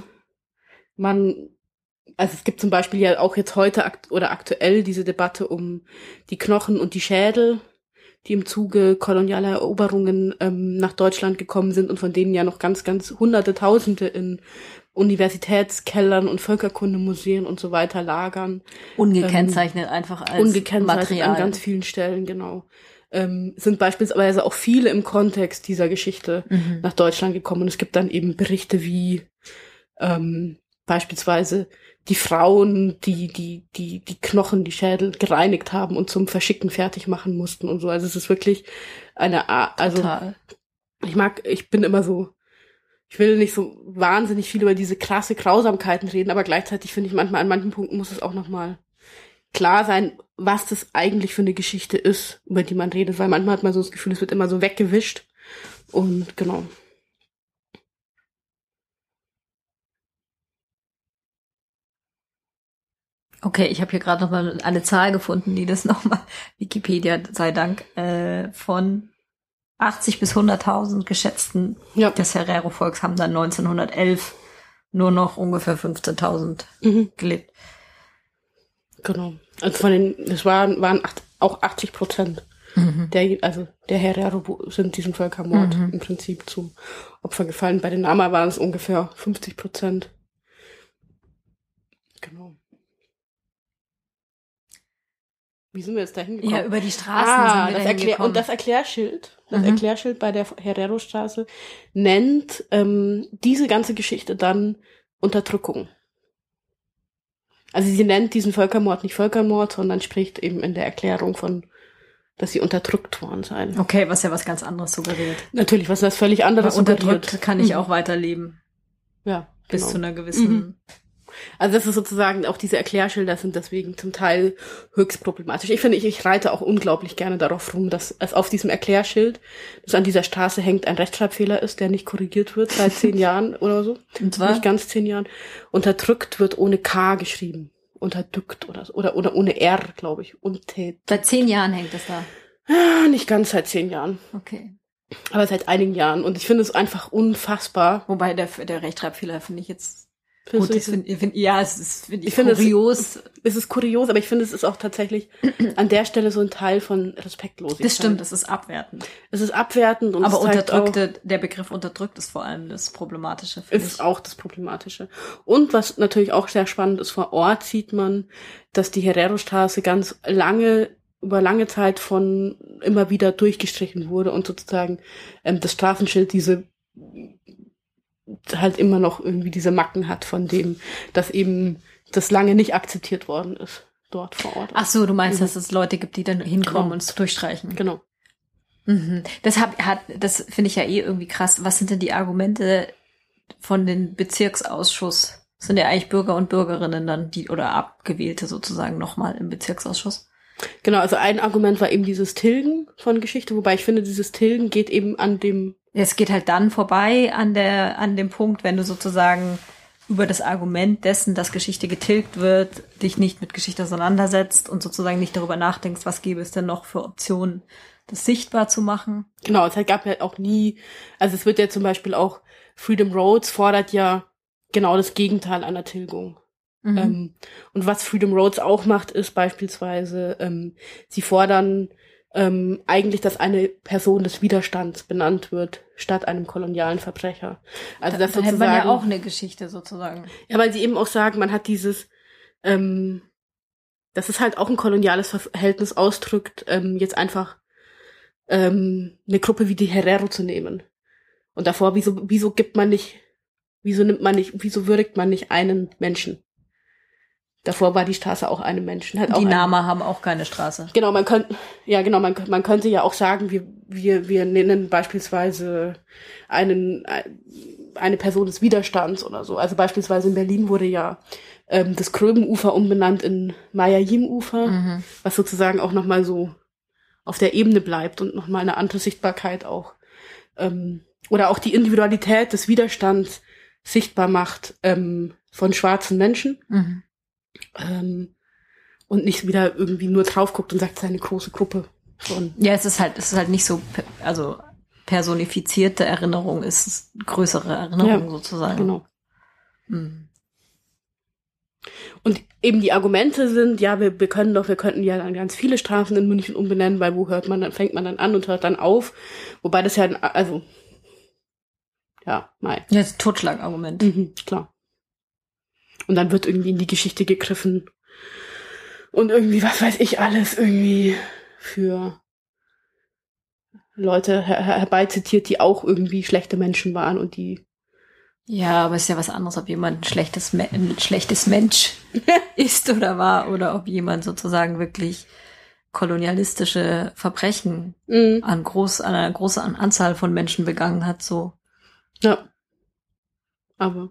also es gibt zum Beispiel ja auch jetzt heute aktuell diese Debatte um die Knochen und die Schädel, die im Zuge kolonialer Eroberungen nach Deutschland gekommen sind und von denen ja noch ganz, ganz Hunderte, Tausende in Universitätskellern und Völkerkundemuseen und so weiter lagern. Ungekennzeichnet einfach als Material. An ganz vielen Stellen, genau. Sind beispielsweise auch viele im Kontext dieser Geschichte nach Deutschland gekommen. Und es gibt dann eben Berichte wie beispielsweise die Frauen, die Knochen, die Schädel gereinigt haben und zum Verschicken fertig machen mussten und so. Also es ist wirklich eine Art, also Total. ich bin immer so, ich will nicht so wahnsinnig viel über diese krasse Grausamkeiten reden, aber gleichzeitig finde ich manchmal, an manchen Punkten muss es auch nochmal klar sein, was das eigentlich für eine Geschichte ist, über die man redet, weil manchmal hat man so das Gefühl, es wird immer so weggewischt und genau. Okay, ich habe hier gerade nochmal eine Zahl gefunden, die das nochmal, Wikipedia sei Dank, von 80 bis 100.000 geschätzten des Herero-Volks haben dann 1911 nur noch ungefähr 15.000 gelebt. Genau. Also es waren auch 80%. Der Herero sind diesem Völkermord im Prinzip zum Opfer gefallen. Bei den Nama waren es ungefähr 50%. Genau. Wie sind wir jetzt da hingekommen? Ja, über die Straßen sind wir da hingekommen. Und das Erklärschild bei der Herero-Straße nennt diese ganze Geschichte dann Unterdrückung. Also sie nennt diesen Völkermord nicht Völkermord, sondern spricht eben in der Erklärung von, dass sie unterdrückt worden seien. Okay, was ja was ganz anderes suggeriert. Natürlich, was das völlig anderes suggeriert. Unterdrückt kann ich auch weiterleben. Ja, bis zu einer gewissen... Also das ist sozusagen, auch diese Erklärschilder sind deswegen zum Teil höchst problematisch. Ich finde, ich reite auch unglaublich gerne darauf rum, dass es auf diesem Erklärschild, das an dieser Straße hängt, ein Rechtschreibfehler ist, der nicht korrigiert wird seit 10 Jahren oder so. Und zwar? Nicht ganz 10 Jahren. Unterdrückt wird ohne K geschrieben. Unterdrückt oder ohne R, glaube ich. Seit 10 Jahren hängt das da? Ja, nicht ganz seit 10 Jahren. Okay. Aber seit einigen Jahren. Und ich finde es einfach unfassbar. Wobei der Rechtschreibfehler finde ich jetzt... Gut, es ist kurios. Es ist kurios, aber ich finde, es ist auch tatsächlich an der Stelle so ein Teil von Respektlosigkeit. Das stimmt, das ist abwertend. Es ist abwertend. Und aber der Begriff unterdrückt ist vor allem das Problematische. Ist auch das Problematische. Und was natürlich auch sehr spannend ist, vor Ort sieht man, dass die Herero-Straße über lange Zeit immer wieder durchgestrichen wurde und sozusagen das Straßenschild halt immer noch irgendwie diese Macken hat von dem, dass eben das lange nicht akzeptiert worden ist dort vor Ort. Ach so, du meinst, dass es Leute gibt, die dann hinkommen und es durchstreichen. Genau. Das finde ich ja irgendwie krass. Was sind denn die Argumente von den Bezirksausschuss? Das sind ja eigentlich Bürger und Bürgerinnen dann, oder Abgewählte sozusagen nochmal im Bezirksausschuss. Genau, also ein Argument war eben dieses Tilgen von Geschichte, wobei ich finde, dieses Tilgen geht eben an dem... Es geht halt dann vorbei an dem Punkt, wenn du sozusagen über das Argument dessen, dass Geschichte getilgt wird, dich nicht mit Geschichte auseinandersetzt und sozusagen nicht darüber nachdenkst, was gäbe es denn noch für Optionen, das sichtbar zu machen. Genau, es gab ja auch nie, also es wird ja zum Beispiel auch, Freedom Roads fordert ja genau das Gegenteil einer Tilgung. Und was Freedom Roads auch macht, ist beispielsweise, sie fordern eigentlich, dass eine Person des Widerstands benannt wird, statt einem kolonialen Verbrecher. Also das da hätte man ja auch eine Geschichte sozusagen. Ja, weil sie eben auch sagen, man hat dieses, dass es halt auch ein koloniales Verhältnis ausdrückt, jetzt einfach eine Gruppe wie die Herero zu nehmen. Und davor, wieso würdigt man nicht einen Menschen? Davor war die Straße auch einem Menschen. Die Nama haben auch keine Straße. Genau, man könnte ja auch sagen, wir nennen beispielsweise einen eine Person des Widerstands oder so. Also beispielsweise in Berlin wurde ja das Gröbenufer umbenannt in Majajim-Ufer, was sozusagen auch nochmal so auf der Ebene bleibt und nochmal eine andere Sichtbarkeit auch oder auch die Individualität des Widerstands sichtbar macht von schwarzen Menschen und nicht wieder irgendwie nur drauf guckt und sagt, es ist eine große Gruppe von. Ja, es ist halt nicht so, also personifizierte Erinnerung ist größere Erinnerung sozusagen. Genau. Und eben die Argumente sind, ja, wir könnten ja dann ganz viele Straßen in München umbenennen, weil fängt man dann an und hört dann auf. Wobei das ja, also, ja, nein. Ja, das ist ein Totschlagargument. Klar. Und dann wird irgendwie in die Geschichte gegriffen und irgendwie, was weiß ich alles, irgendwie für Leute herbeizitiert, die auch irgendwie schlechte Menschen waren und die. Ja, aber es ist ja was anderes, ob jemand ein schlechtes Mensch ist oder war oder ob jemand sozusagen wirklich kolonialistische Verbrechen an einer großen Anzahl von Menschen begangen hat, so. Ja. Aber.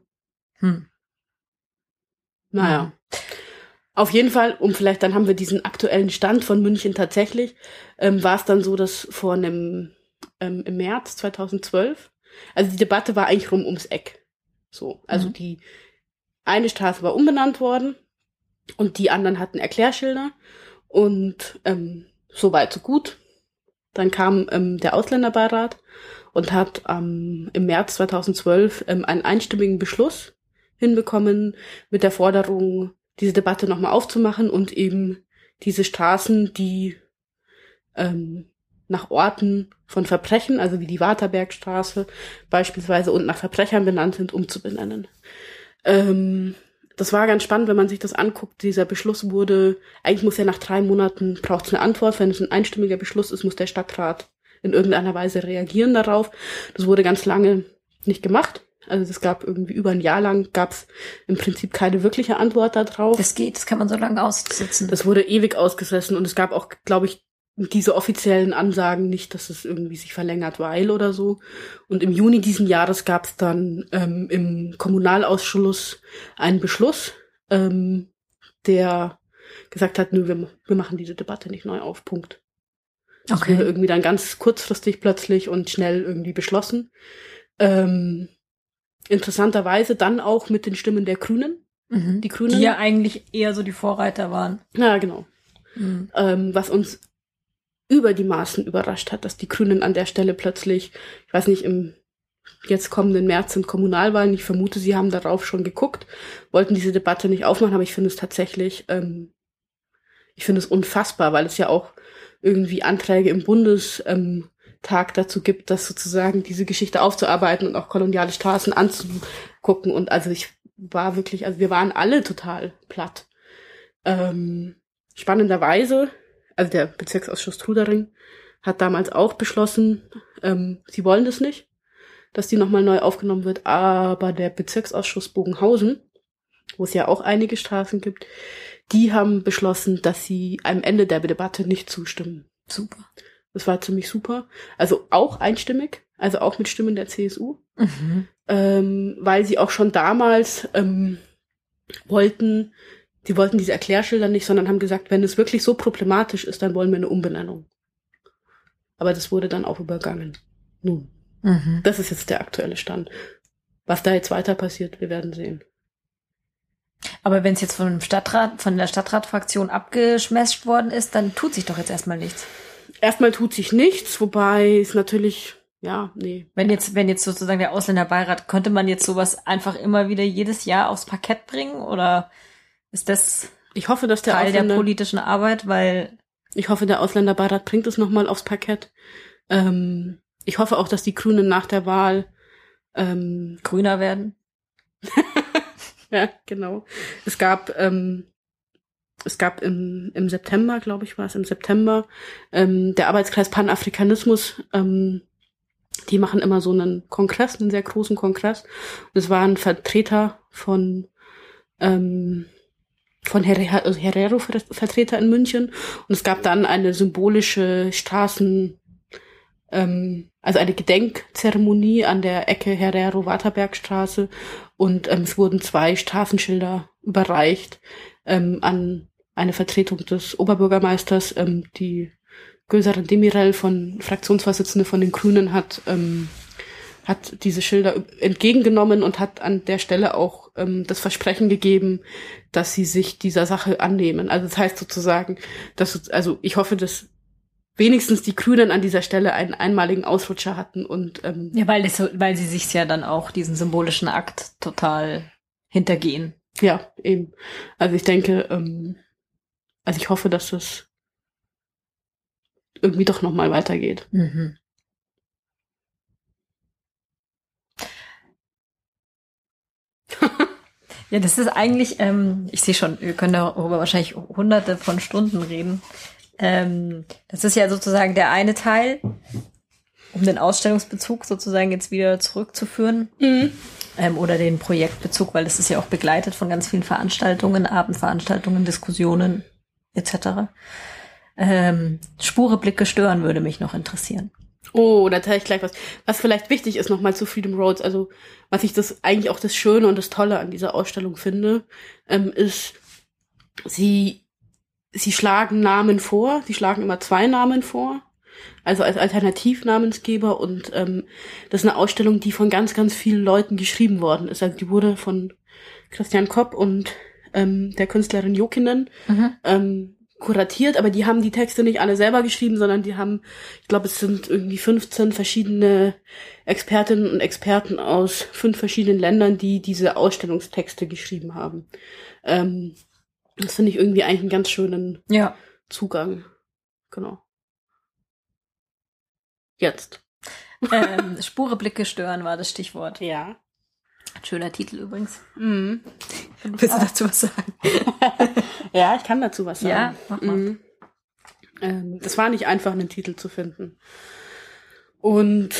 Naja. Auf jeden Fall, dann haben wir diesen aktuellen Stand von München tatsächlich, war es dann so, dass im März 2012, also die Debatte war eigentlich ums Eck. So, also die eine Straße war umbenannt worden und die anderen hatten Erklärschilder und so weit, so gut. Dann kam der Ausländerbeirat und hat im März 2012 einen einstimmigen Beschluss hinbekommen mit der Forderung, diese Debatte nochmal aufzumachen und eben diese Straßen, die nach Orten von Verbrechen, also wie die Waterbergstraße beispielsweise und nach Verbrechern benannt sind, umzubenennen. Das war ganz spannend, wenn man sich das anguckt. Dieser Beschluss eigentlich muss ja nach 3 Monaten, braucht es eine Antwort. Wenn es ein einstimmiger Beschluss ist, muss der Stadtrat in irgendeiner Weise reagieren darauf. Das wurde ganz lange nicht gemacht. Also es gab irgendwie über ein Jahr lang, gab es im Prinzip keine wirkliche Antwort darauf. Das kann man so lange aussitzen. Das wurde ewig ausgesessen und es gab auch, glaube ich, diese offiziellen Ansagen nicht, dass es irgendwie sich verlängert, weil oder so. Und im Juni diesen Jahres gab es dann im Kommunalausschuss einen Beschluss, der gesagt hat, nö, wir machen diese Debatte nicht neu auf, Punkt. Das wurde irgendwie dann ganz kurzfristig plötzlich und schnell irgendwie beschlossen. Interessanterweise dann auch mit den Stimmen der Grünen. Die Grünen. Die ja eigentlich eher so die Vorreiter waren. Ja, genau. Was uns über die Maßen überrascht hat, dass die Grünen an der Stelle plötzlich, ich weiß nicht, im jetzt kommenden März sind Kommunalwahlen, ich vermute, sie haben darauf schon geguckt, wollten diese Debatte nicht aufmachen, aber ich finde es tatsächlich, ich finde es unfassbar, weil es ja auch irgendwie Anträge im Bundestag dazu gibt, das sozusagen diese Geschichte aufzuarbeiten und auch koloniale Straßen anzugucken. Und also wir waren alle total platt. Spannenderweise, also der Bezirksausschuss Trudering hat damals auch beschlossen, sie wollen das nicht, dass die nochmal neu aufgenommen wird, aber der Bezirksausschuss Bogenhausen, wo es ja auch einige Straßen gibt, die haben beschlossen, dass sie am Ende der Debatte nicht zustimmen. Super. Das war ziemlich super. Also auch einstimmig, also auch mit Stimmen der CSU, weil sie auch schon damals wollten diese Erklärschilder nicht, sondern haben gesagt, wenn es wirklich so problematisch ist, dann wollen wir eine Umbenennung. Aber das wurde dann auch übergangen. Nun, das ist jetzt der aktuelle Stand. Was da jetzt weiter passiert, wir werden sehen. Aber wenn es jetzt von der Stadtratfraktion abgeschmäscht worden ist, dann tut sich doch jetzt erstmal nichts. Erstmal tut sich nichts, wobei es natürlich, ja, nee. Wenn jetzt sozusagen der Ausländerbeirat, könnte man jetzt sowas einfach immer wieder jedes Jahr aufs Parkett bringen oder ist das ich hoffe, dass Teil der politischen Arbeit, weil ich hoffe, der Ausländerbeirat bringt es nochmal aufs Parkett. Ich hoffe auch, dass die Grünen nach der Wahl grüner werden. Ja, genau. Es gab im September, glaube ich, war es im September, der Arbeitskreis Panafrikanismus, die machen immer so einen Kongress, einen sehr großen Kongress. Und es waren Vertreter von Herero-Vertreter in München. Und es gab dann eine symbolische also eine Gedenkzeremonie an der Ecke Herero-Waterbergstraße und es wurden 2 Straßenschilder überreicht an eine Vertretung des Oberbürgermeisters, die Gülseren Demirel, Fraktionsvorsitzende von den Grünen, hat diese Schilder entgegengenommen und hat an der Stelle auch das Versprechen gegeben, dass sie sich dieser Sache annehmen. Also das heißt sozusagen, also ich hoffe, dass wenigstens die Grünen an dieser Stelle einen einmaligen Ausrutscher hatten und ja, weil sie sich ja dann auch diesen symbolischen Akt total hintergehen. Ja, eben. Also ich denke, also ich hoffe, dass es irgendwie doch nochmal weitergeht. Mhm. Ja, das ist eigentlich, ich sehe schon, wir können darüber wahrscheinlich hunderte von Stunden reden. Das ist ja sozusagen der eine Teil, um den Ausstellungsbezug sozusagen jetzt wieder zurückzuführen. Mhm. Oder den Projektbezug, weil das ist ja auch begleitet von ganz vielen Veranstaltungen, Abendveranstaltungen, Diskussionen etc. Spureblicke stören würde mich noch interessieren. Oh, da teile ich gleich was. Was vielleicht wichtig ist nochmal zu Freedom Roads, also was ich das eigentlich auch das Schöne und das Tolle an dieser Ausstellung finde, ist, sie schlagen Namen vor, sie schlagen immer 2 Namen vor, also als Alternativnamensgeber und das ist eine Ausstellung, die von ganz, ganz vielen Leuten geschrieben worden ist. Also die wurde von Christian Kopp und der Künstlerin Jokinen kuratiert, aber die haben die Texte nicht alle selber geschrieben, sondern die haben, ich glaube, es sind irgendwie 15 verschiedene Expertinnen und Experten aus 5 verschiedenen Ländern, die diese Ausstellungstexte geschrieben haben. Das finde ich irgendwie eigentlich einen ganz schönen Zugang. Genau. Jetzt. Spureblicke stören war das Stichwort. Ja. Schöner Titel übrigens. Mhm. Willst du dazu was sagen? Ja, ich kann dazu was sagen. Ja, mach mal. Das war nicht einfach, einen Titel zu finden. Und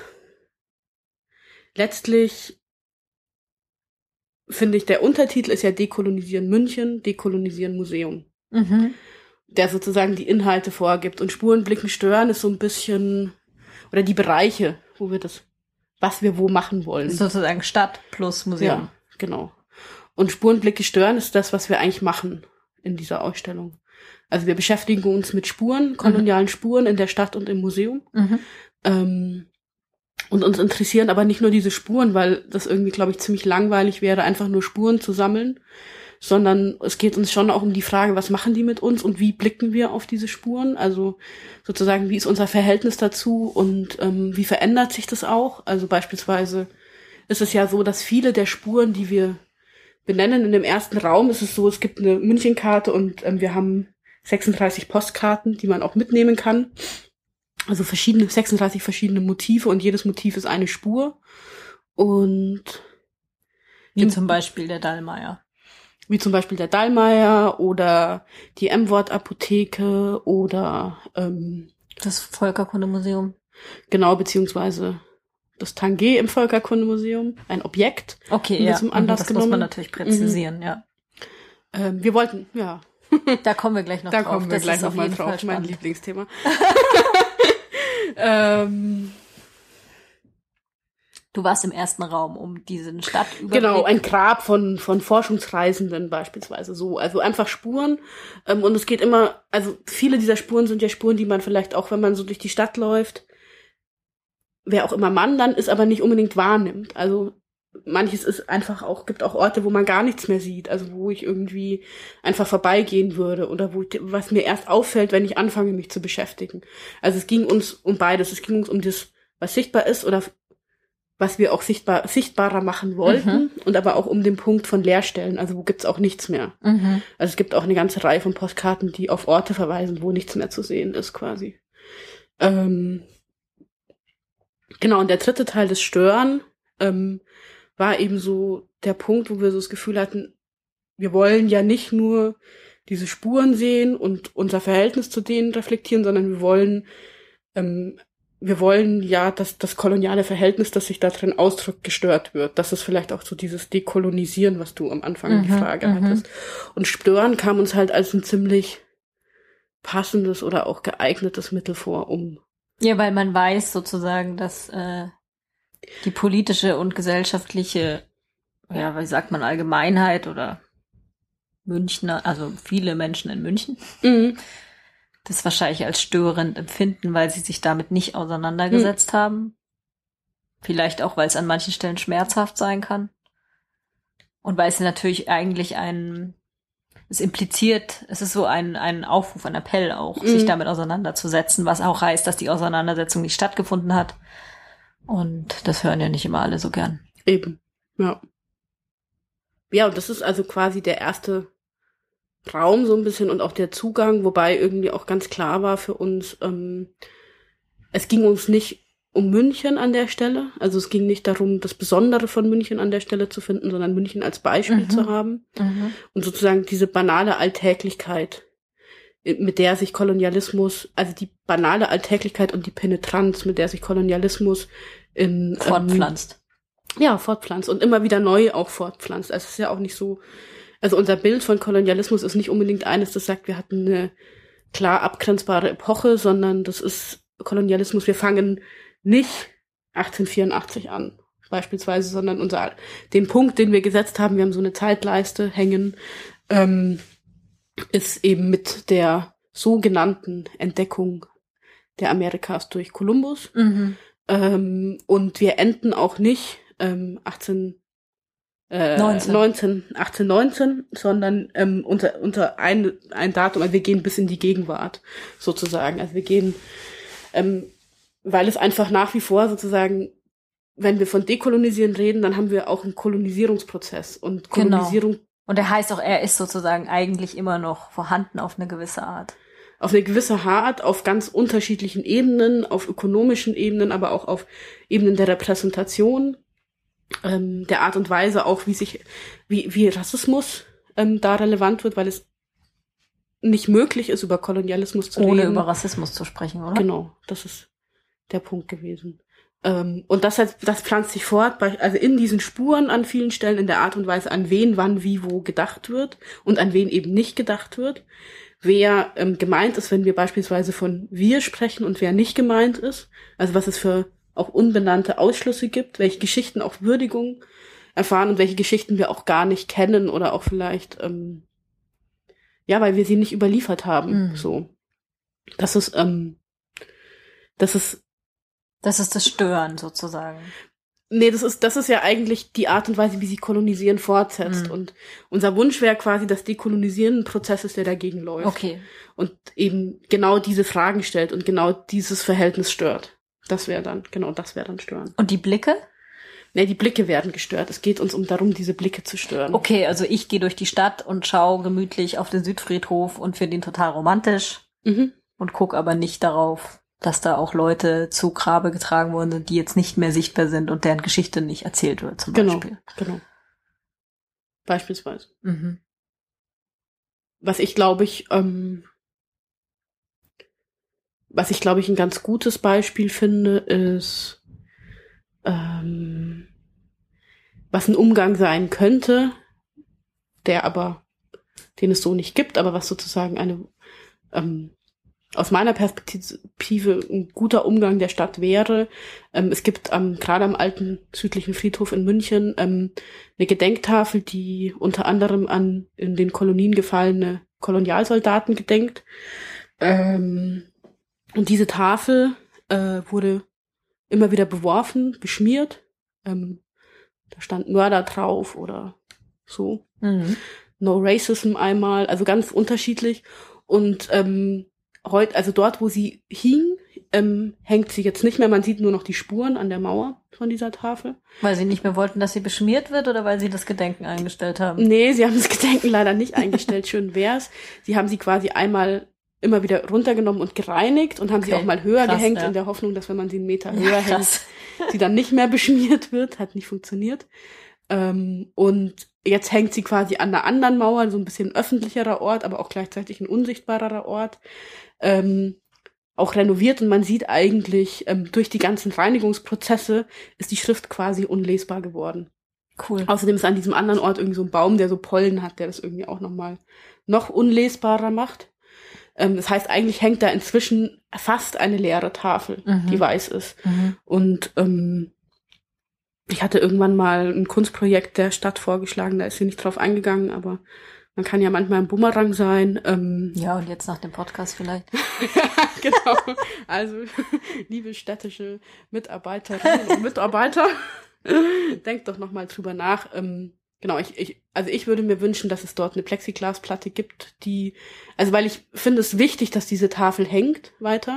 letztlich finde ich, der Untertitel ist ja Dekolonisieren München, Dekolonisieren Museum. Mhm. Der sozusagen die Inhalte vorgibt. Und Spurenblicken stören ist so ein bisschen, oder die Bereiche, wo wir das, was wir wo machen wollen. Sozusagen Stadt plus Museum. Ja, genau. Und Spurenblicke stören ist das, was wir eigentlich machen in dieser Ausstellung. Also wir beschäftigen uns mit Spuren, kolonialen Spuren in der Stadt und im Museum. Mhm. Und uns interessieren aber nicht nur diese Spuren, weil das irgendwie, glaube ich, ziemlich langweilig wäre, einfach nur Spuren zu sammeln, sondern es geht uns schon auch um die Frage, was machen die mit uns und wie blicken wir auf diese Spuren? Also sozusagen, wie ist unser Verhältnis dazu und wie verändert sich das auch? Also beispielsweise ist es ja so, dass viele der Spuren, die wir benennen in dem ersten Raum, ist es so, es gibt eine Münchenkarte und wir haben 36 Postkarten, die man auch mitnehmen kann. Also 36 verschiedene Motive und jedes Motiv ist eine Spur. Und wie zum Beispiel der Dallmayr. Wie zum Beispiel der Dallmayr oder die M-Wort-Apotheke oder das Völkerkundemuseum. Genau, beziehungsweise das Tanguay im Völkerkundemuseum. Ein Objekt. Okay, ja. Zum Anlass das genommen. Muss man natürlich präzisieren, ja. Wir wollten, ja. Da kommen wir gleich noch drauf. Da kommen wir gleich noch mal drauf, mein Lieblingsthema. Du warst im ersten Raum, um diesen Stadtüberblick. Genau, ein Grab von Forschungsreisenden beispielsweise so. Also einfach Spuren. Und es geht immer, also viele dieser Spuren sind ja Spuren, die man vielleicht auch, wenn man so durch die Stadt läuft, wer auch immer man dann ist, aber nicht unbedingt wahrnimmt. Also manches ist einfach auch, gibt auch Orte, wo man gar nichts mehr sieht. Also wo ich irgendwie einfach vorbeigehen würde oder was mir erst auffällt, wenn ich anfange, mich zu beschäftigen. Also es ging uns um beides. Es ging uns um das, was sichtbar ist oder was wir auch sichtbarer machen wollten und aber auch um den Punkt von Leerstellen, also wo gibt's auch nichts mehr. Also es gibt auch eine ganze Reihe von Postkarten, die auf Orte verweisen, wo nichts mehr zu sehen ist quasi. Genau, und der dritte Teil, des Stören, war eben so der Punkt, wo wir so das Gefühl hatten, wir wollen ja nicht nur diese Spuren sehen und unser Verhältnis zu denen reflektieren, sondern wir wollen ja, dass das koloniale Verhältnis, das sich da drin ausdrückt, gestört wird. Das ist vielleicht auch so dieses Dekolonisieren, was du am Anfang die Frage hattest. Und Stören kam uns halt als ein ziemlich passendes oder auch geeignetes Mittel vor, um Ja, weil man weiß sozusagen, dass die politische und gesellschaftliche, ja, wie sagt man, Allgemeinheit oder Münchner, also viele Menschen in München, das wahrscheinlich als störend empfinden, weil sie sich damit nicht auseinandergesetzt haben. Vielleicht auch, weil es an manchen Stellen schmerzhaft sein kann. Und weil es natürlich eigentlich es impliziert, es ist so ein Aufruf, ein Appell auch, sich damit auseinanderzusetzen, was auch heißt, dass die Auseinandersetzung nicht stattgefunden hat. Und das hören ja nicht immer alle so gern. Eben, ja. Ja, und das ist also quasi der erste Raum so ein bisschen und auch der Zugang, wobei irgendwie auch ganz klar war für uns, es ging uns nicht um München an der Stelle. Also es ging nicht darum, das Besondere von München an der Stelle zu finden, sondern München als Beispiel zu haben. Und sozusagen diese banale Alltäglichkeit, mit der sich Kolonialismus, also die banale Alltäglichkeit und die Penetranz, mit der sich Kolonialismus fortpflanzt. Fortpflanzt und immer wieder neu auch fortpflanzt. Also es ist ja auch nicht so, also unser Bild von Kolonialismus ist nicht unbedingt eines, das sagt, wir hatten eine klar abgrenzbare Epoche, sondern das ist Kolonialismus, wir fangen nicht 1884 an, beispielsweise, sondern den Punkt, den wir gesetzt haben, wir haben so eine Zeitleiste hängen, ist eben mit der sogenannten Entdeckung der Amerikas durch Kolumbus. Und wir enden auch nicht 1819, sondern unter ein Datum, also wir gehen bis in die Gegenwart sozusagen. Also wir gehen, weil es einfach nach wie vor sozusagen, wenn wir von Dekolonisieren reden, dann haben wir auch einen Kolonisierungsprozess und Kolonisierung. Genau. Und er heißt auch, er ist sozusagen eigentlich immer noch vorhanden auf eine gewisse Art. Auf eine gewisse Art, auf ganz unterschiedlichen Ebenen, auf ökonomischen Ebenen, aber auch auf Ebenen der Repräsentation, der Art und Weise auch, wie Rassismus da relevant wird, weil es nicht möglich ist, über Kolonialismus zu reden. Ohne über Rassismus zu sprechen, oder? Genau, das ist der Punkt gewesen. Und das pflanzt sich fort, also in diesen Spuren an vielen Stellen, in der Art und Weise, an wen, wann, wie, wo gedacht wird und an wen eben nicht gedacht wird. Wer gemeint ist, wenn wir beispielsweise von wir sprechen und wer nicht gemeint ist. Also was es für auch unbenannte Ausschlüsse gibt, welche Geschichten auch Würdigung erfahren und welche Geschichten wir auch gar nicht kennen oder auch vielleicht, weil wir sie nicht überliefert haben. So. Das ist das Stören sozusagen. Nee, das ist ja eigentlich die Art und Weise, wie sie Kolonisieren fortsetzt. Und unser Wunsch wäre quasi, dass Dekolonisieren ein Prozess ist, der dagegen läuft. Okay. Und eben genau diese Fragen stellt und genau dieses Verhältnis stört. Das wäre dann Stören. Und die Blicke? Nee, die Blicke werden gestört. Es geht uns darum, diese Blicke zu stören. Okay, also ich gehe durch die Stadt und schaue gemütlich auf den Südfriedhof und finde ihn total romantisch und gucke aber nicht darauf, dass da auch Leute zu Grabe getragen wurden, die jetzt nicht mehr sichtbar sind und deren Geschichte nicht erzählt wird, zum Beispiel. Genau. Beispielsweise. Was ich glaube ich ein ganz gutes Beispiel finde, ist, was ein Umgang sein könnte, den es so nicht gibt, aber was sozusagen eine aus meiner Perspektive ein guter Umgang der Stadt wäre. Es gibt gerade am alten südlichen Friedhof in München eine Gedenktafel, die unter anderem an in den Kolonien gefallene Kolonialsoldaten gedenkt. Und diese Tafel wurde immer wieder beworfen, beschmiert. Da stand Mörder drauf oder so. No Racism einmal, also ganz unterschiedlich. Und heute, also dort, wo sie hing, hängt sie jetzt nicht mehr. Man sieht nur noch die Spuren an der Mauer von dieser Tafel. Weil sie nicht mehr wollten, dass sie beschmiert wird oder weil sie das Gedenken eingestellt haben? Nee, sie haben das Gedenken leider nicht eingestellt. Schön wär's. Sie haben sie quasi einmal immer wieder runtergenommen und gereinigt und haben sie auch mal höher gehängt, in der Hoffnung, dass wenn man sie einen Meter höher hängt, sie dann nicht mehr beschmiert wird. Hat nicht funktioniert. Und jetzt hängt sie quasi an einer anderen Mauer, so ein bisschen öffentlicherer Ort, aber auch gleichzeitig ein unsichtbarerer Ort. Auch renoviert und man sieht eigentlich, durch die ganzen Reinigungsprozesse ist die Schrift quasi unlesbar geworden. Cool. Außerdem ist an diesem anderen Ort irgendwie so ein Baum, der so Pollen hat, der das irgendwie auch noch unlesbarer macht. Das heißt, eigentlich hängt da inzwischen fast eine leere Tafel, die weiß ist. Und ich hatte irgendwann mal ein Kunstprojekt der Stadt vorgeschlagen, da ist sie nicht drauf eingegangen, aber man kann ja manchmal ein Bumerang sein. Ja, und jetzt nach dem Podcast vielleicht. Genau. Also, liebe städtische Mitarbeiterinnen und Mitarbeiter, denkt doch nochmal drüber nach. Genau, ich würde mir wünschen, dass es dort eine Plexiglasplatte gibt, weil ich finde es wichtig, dass diese Tafel hängt weiter.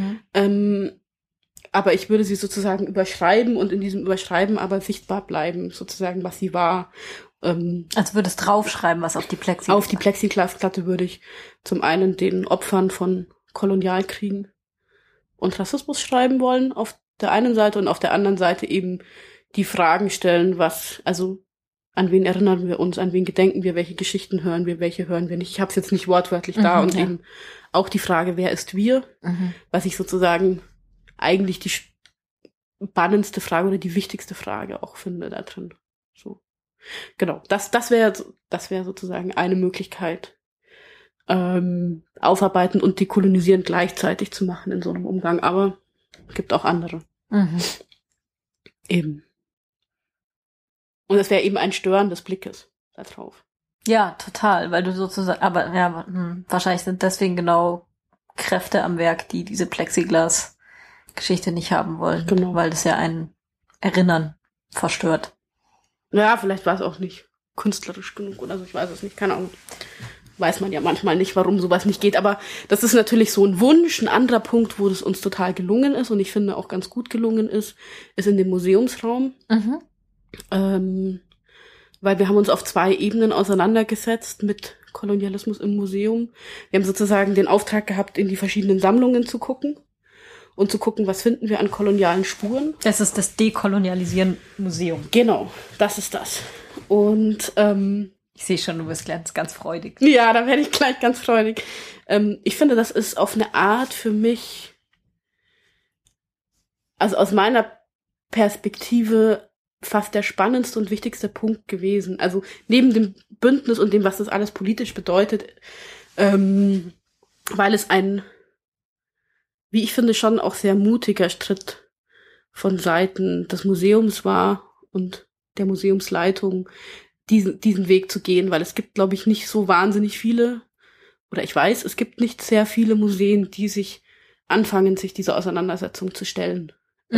Aber ich würde sie sozusagen überschreiben und in diesem Überschreiben aber sichtbar bleiben, sozusagen, was sie war. Also würdest draufschreiben, was auf die Plexiglasplatte? Auf die Plexiglasplatte würde ich zum einen den Opfern von Kolonialkriegen und Rassismus schreiben wollen, auf der einen Seite, und auf der anderen Seite eben die Fragen stellen, an wen erinnern wir uns, an wen gedenken wir, welche Geschichten hören wir, welche hören wir nicht. Ich habe es jetzt nicht wortwörtlich da und eben auch die Frage, wer ist wir, was ich sozusagen eigentlich die spannendste Frage oder die wichtigste Frage auch finde da drin. So. Genau, das wäre sozusagen eine Möglichkeit, aufarbeiten und dekolonisieren gleichzeitig zu machen in so einem Umgang, aber es gibt auch andere. Eben. Und es wäre eben ein Stören des Blickes da drauf. Ja, total, weil du sozusagen, aber ja, wahrscheinlich sind deswegen genau Kräfte am Werk, die diese Plexiglas-Geschichte nicht haben wollen, genau. Weil das ja ein Erinnern verstört. Ja, vielleicht war es auch nicht künstlerisch genug oder so, ich weiß es nicht, keine Ahnung. Weiß man ja manchmal nicht, warum sowas nicht geht, aber das ist natürlich so ein Wunsch. Ein anderer Punkt, wo das uns total gelungen ist und ich finde auch ganz gut gelungen ist in dem Museumsraum. Weil wir haben uns auf 2 Ebenen auseinandergesetzt mit Kolonialismus im Museum. Wir haben sozusagen den Auftrag gehabt, in die verschiedenen Sammlungen zu gucken und zu gucken, was finden wir an kolonialen Spuren. Das ist das Dekolonialisieren-Museum. Genau, das ist das. Und ich sehe schon, du wirst gleich ganz freudig. Ja, da werde ich gleich ganz freudig. Ich finde, das ist auf eine Art für mich, also aus meiner Perspektive, fast der spannendste und wichtigste Punkt gewesen. Also neben dem Bündnis und dem, was das alles politisch bedeutet, weil es ein, wie ich finde, schon auch sehr mutiger Schritt von Seiten des Museums war und der Museumsleitung, diesen Weg zu gehen, weil es gibt, glaube ich, nicht so wahnsinnig viele, oder ich weiß, es gibt nicht sehr viele Museen, die sich anfangen, sich dieser Auseinandersetzung zu stellen.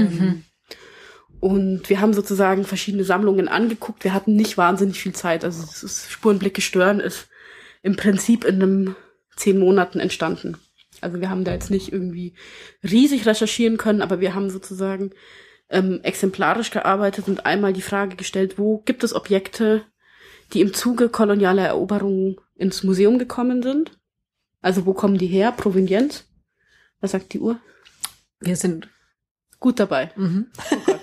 Und wir haben sozusagen verschiedene Sammlungen angeguckt. Wir hatten nicht wahnsinnig viel Zeit. Also das Spurenblicke stören ist im Prinzip in einem 10 Monaten entstanden. Also wir haben da jetzt nicht irgendwie riesig recherchieren können, aber wir haben sozusagen exemplarisch gearbeitet und einmal die Frage gestellt, wo gibt es Objekte, die im Zuge kolonialer Eroberungen ins Museum gekommen sind? Also wo kommen die her? Provenienz? Was sagt die Uhr? Wir sind gut dabei. Mhm. Oh Gott.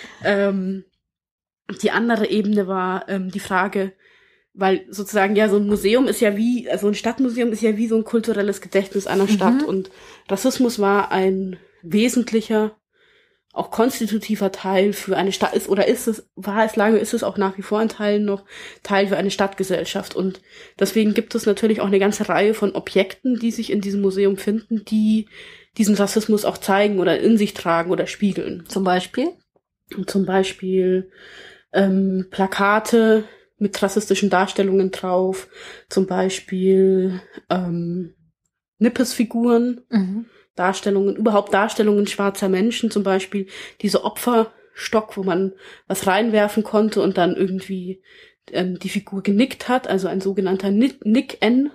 Die andere Ebene war die Frage, weil sozusagen ja so ein Museum ist ja wie, also ein Stadtmuseum ist ja wie so ein kulturelles Gedächtnis einer Stadt und Rassismus war ein wesentlicher, auch konstitutiver Teil für eine Stadt, ist es auch nach wie vor in Teilen noch Teil für eine Stadtgesellschaft und deswegen gibt es natürlich auch eine ganze Reihe von Objekten, die sich in diesem Museum finden, die diesen Rassismus auch zeigen oder in sich tragen oder spiegeln. Zum Beispiel Plakate mit rassistischen Darstellungen drauf, zum Beispiel Nippes-Figuren, Darstellungen schwarzer Menschen, zum Beispiel diese Opferstock, wo man was reinwerfen konnte und dann irgendwie die Figur genickt hat, also ein sogenannter Nick-N.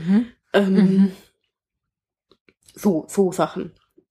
So Sachen.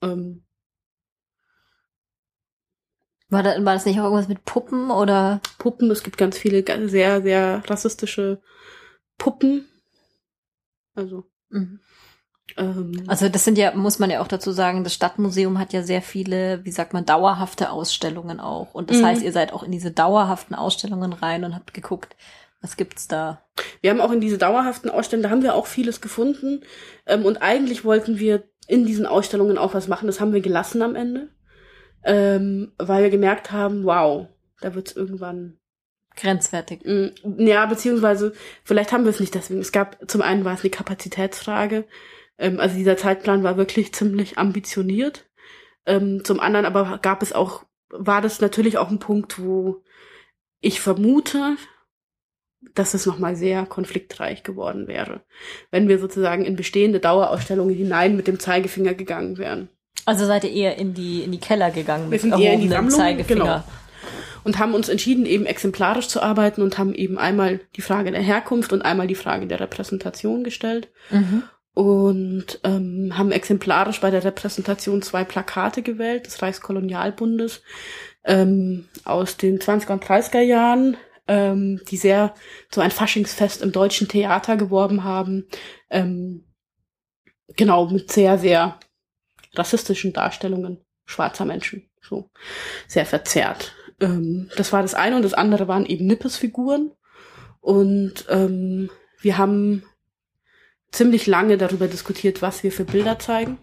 War das nicht auch irgendwas mit Puppen oder? Puppen, es gibt ganz viele sehr, sehr rassistische Puppen. Also. Also das sind ja, muss man ja auch dazu sagen, das Stadtmuseum hat ja sehr viele, wie sagt man, dauerhafte Ausstellungen auch. Und das heißt, ihr seid auch in diese dauerhaften Ausstellungen rein und habt geguckt, was gibt's da? Wir haben auch in diese dauerhaften Ausstellungen, da haben wir auch vieles gefunden. Und eigentlich wollten wir in diesen Ausstellungen auch was machen. Das haben wir gelassen am Ende. Weil wir gemerkt haben, wow, da wird's irgendwann grenzwertig. Ja, beziehungsweise vielleicht haben wir es nicht deswegen. Zum einen war es eine Kapazitätsfrage. Also dieser Zeitplan war wirklich ziemlich ambitioniert. Zum anderen aber war das natürlich auch ein Punkt, wo ich vermute, dass es nochmal sehr konfliktreich geworden wäre, wenn wir sozusagen in bestehende Dauerausstellungen hinein mit dem Zeigefinger gegangen wären. Also seid ihr eher in die Keller gegangen mit erhobenem Sammlung, Zeigefinger? Genau. Und haben uns entschieden, eben exemplarisch zu arbeiten und haben eben einmal die Frage der Herkunft und einmal die Frage der Repräsentation gestellt. Und haben exemplarisch bei der Repräsentation 2 Plakate gewählt, des Reichskolonialbundes, aus den 20er und 30er Jahren, die sehr so ein Faschingsfest im deutschen Theater geworben haben. Genau, mit sehr, sehr rassistischen Darstellungen schwarzer Menschen. So sehr verzerrt. Das war das eine und das andere waren eben Nippes-Figuren. Und wir haben ziemlich lange darüber diskutiert, was wir für Bilder zeigen,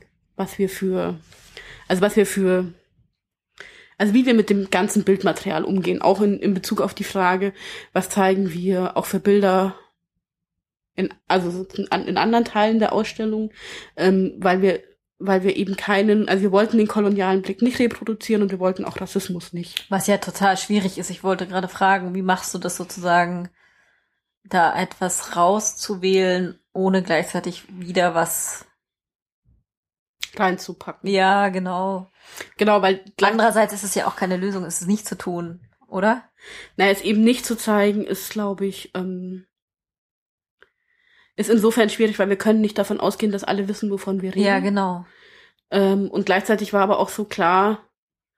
wie wir mit dem ganzen Bildmaterial umgehen, auch in Bezug auf die Frage, was zeigen wir auch für Bilder in anderen Teilen der Ausstellung, weil wir eben wir wollten den kolonialen Blick nicht reproduzieren und wir wollten auch Rassismus nicht. Was ja total schwierig ist. Ich wollte gerade fragen, wie machst du das sozusagen, da etwas rauszuwählen, ohne gleichzeitig wieder was reinzupacken. Ja, genau. Genau, weil andererseits ist es ja auch keine Lösung, es ist nicht zu tun, oder? Naja, es eben nicht zu zeigen, ist, glaube ich, ist insofern schwierig, weil wir können nicht davon ausgehen, dass alle wissen, wovon wir reden. Ja, genau. Und gleichzeitig war aber auch so klar,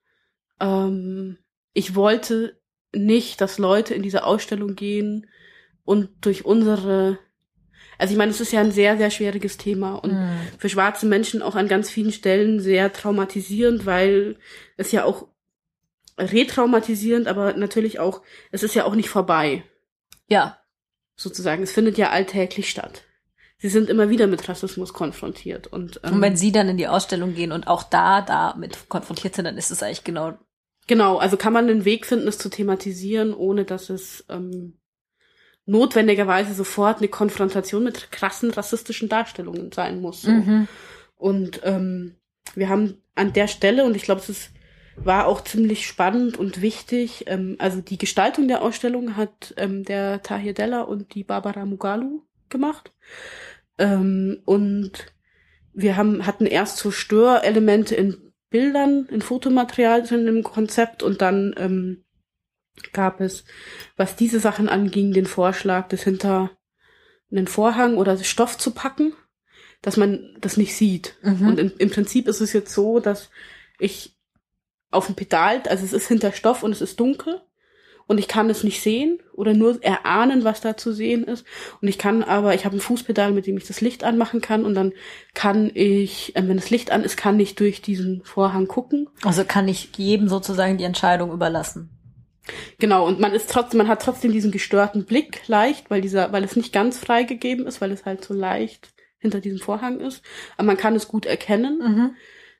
ich wollte nicht, dass Leute in diese Ausstellung gehen und durch also ich meine, es ist ja ein sehr, sehr schwieriges Thema und für schwarze Menschen auch an ganz vielen Stellen sehr traumatisierend, weil es ja auch retraumatisierend, aber natürlich auch, es ist ja auch nicht vorbei. Ja. Sozusagen, es findet ja alltäglich statt. Sie sind immer wieder mit Rassismus konfrontiert. Und wenn sie dann in die Ausstellung gehen und auch da mit konfrontiert sind, dann ist es eigentlich genau... Genau, also kann man einen Weg finden, es zu thematisieren, ohne dass es notwendigerweise sofort eine Konfrontation mit krassen rassistischen Darstellungen sein muss. So. Und wir haben an der Stelle, und ich glaube, war auch ziemlich spannend und wichtig, also die Gestaltung der Ausstellung hat der Tahir Della und die Barbara Mugalu gemacht. Und wir hatten erst so Störelemente in Bildern, in Fotomaterial drin im Konzept und dann gab es, was diese Sachen anging, den Vorschlag, das hinter einen Vorhang oder Stoff zu packen, dass man das nicht sieht. Und im Prinzip ist es jetzt so, dass ich auf dem Pedal, also es ist hinter Stoff und es ist dunkel und ich kann es nicht sehen oder nur erahnen, was da zu sehen ist. Und ich habe ein Fußpedal, mit dem ich das Licht anmachen kann und dann kann ich, wenn das Licht an ist, kann ich durch diesen Vorhang gucken. Also kann ich jedem sozusagen die Entscheidung überlassen. Genau, und man hat trotzdem diesen gestörten Blick leicht, weil es nicht ganz freigegeben ist, weil es halt so leicht hinter diesem Vorhang ist. Aber man kann es gut erkennen.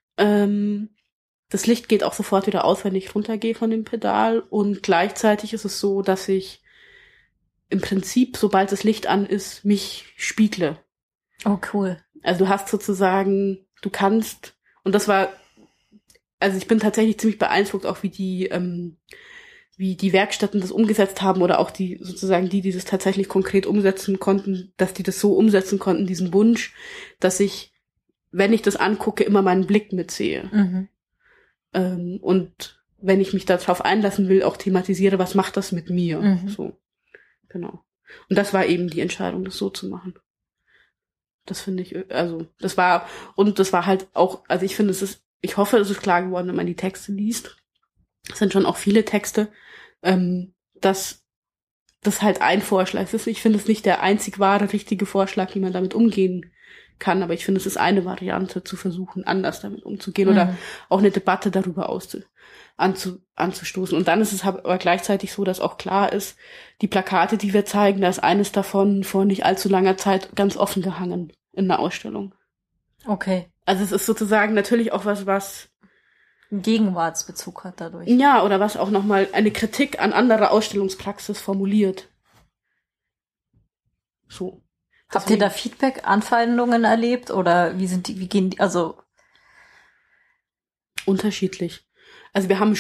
Das Licht geht auch sofort wieder aus, wenn ich runtergehe von dem Pedal. Und gleichzeitig ist es so, dass ich im Prinzip, sobald das Licht an ist, mich spiegle. Oh, cool. Also du hast sozusagen, du kannst, und das war, also ich bin tatsächlich ziemlich beeindruckt, auch wie die Werkstätten das umgesetzt haben oder auch die das tatsächlich konkret umsetzen konnten, dass die das so umsetzen konnten, diesen Wunsch, dass ich, wenn ich das angucke, immer meinen Blick mitsehe. Und wenn ich mich darauf einlassen will, auch thematisiere, was macht das mit mir? So, genau. Und das war eben die Entscheidung, das so zu machen. Das finde ich, das war halt auch, also ich finde, ich hoffe, es ist klar geworden, wenn man die Texte liest. Es sind schon auch viele Texte, dass das halt ein Vorschlag ist. Ich finde es nicht der einzig wahre, richtige Vorschlag, wie man damit umgehen kann, aber ich finde, es ist eine Variante, zu versuchen, anders damit umzugehen oder auch eine Debatte darüber anzustoßen. Und dann ist es aber gleichzeitig so, dass auch klar ist, die Plakate, die wir zeigen, da ist eines davon vor nicht allzu langer Zeit ganz offen gehangen in der Ausstellung. Okay. Also es ist sozusagen natürlich auch was einen Gegenwartsbezug hat dadurch. Ja, oder was auch nochmal eine Kritik an anderer Ausstellungspraxis formuliert. So. Habt ihr da Feedback, Anfeindungen erlebt oder wie gehen die, also? Unterschiedlich. Also wir haben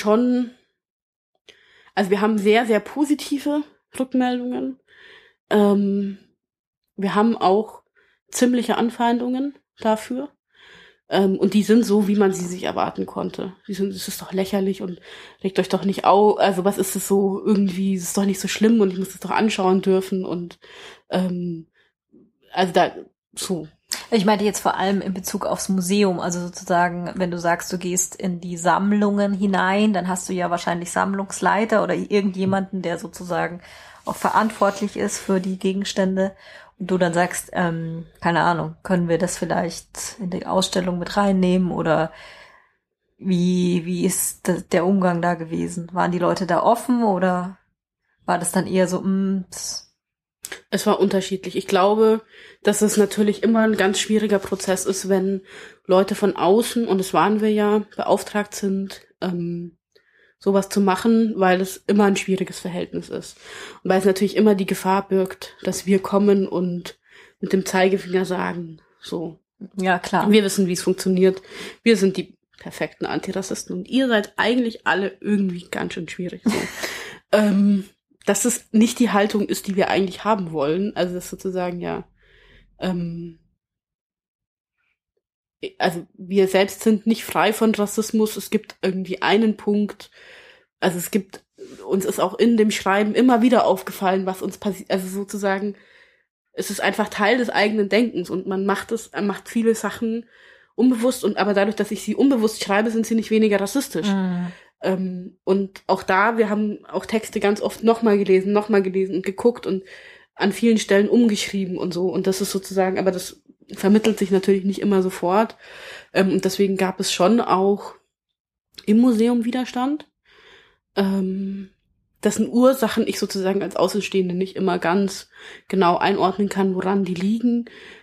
sehr, sehr positive Rückmeldungen. Wir haben auch ziemliche Anfeindungen dafür. Und die sind so, wie man sie sich erwarten konnte. Es ist doch lächerlich und regt euch doch nicht auf. Also was ist es so irgendwie, es ist doch nicht so schlimm und ich muss es doch anschauen dürfen und also da so. Ich meinte jetzt vor allem in Bezug aufs Museum, also sozusagen, wenn du sagst, du gehst in die Sammlungen hinein, dann hast du ja wahrscheinlich Sammlungsleiter oder irgendjemanden, der sozusagen auch verantwortlich ist für die Gegenstände und du dann sagst, keine Ahnung, können wir das vielleicht in die Ausstellung mit reinnehmen oder wie ist der Umgang da gewesen? Waren die Leute da offen oder war das dann eher so, Es war unterschiedlich. Ich glaube, dass es natürlich immer ein ganz schwieriger Prozess ist, wenn Leute von außen, und es waren wir ja, beauftragt sind, sowas zu machen, weil es immer ein schwieriges Verhältnis ist. Und weil es natürlich immer die Gefahr birgt, dass wir kommen und mit dem Zeigefinger sagen, so. Ja, klar. Wir wissen, wie es funktioniert. Wir sind die perfekten Antirassisten und ihr seid eigentlich alle irgendwie ganz schön schwierig. So. Dass es nicht die Haltung ist, die wir eigentlich haben wollen. Also das sozusagen ja, also wir selbst sind nicht frei von Rassismus. Es gibt irgendwie einen Punkt, also uns ist auch in dem Schreiben immer wieder aufgefallen, was uns passiert. Also sozusagen, es ist einfach Teil des eigenen Denkens und man macht viele Sachen unbewusst aber dadurch, dass ich sie unbewusst schreibe, sind sie nicht weniger rassistisch. Und auch wir haben auch Texte ganz oft nochmal gelesen und geguckt und an vielen Stellen umgeschrieben und so. Und das ist sozusagen, aber das vermittelt sich natürlich nicht immer sofort. Und deswegen gab es schon auch im Museum Widerstand. Dessen Ursachen ich sozusagen als Außenstehende nicht immer ganz genau einordnen kann, woran die liegen.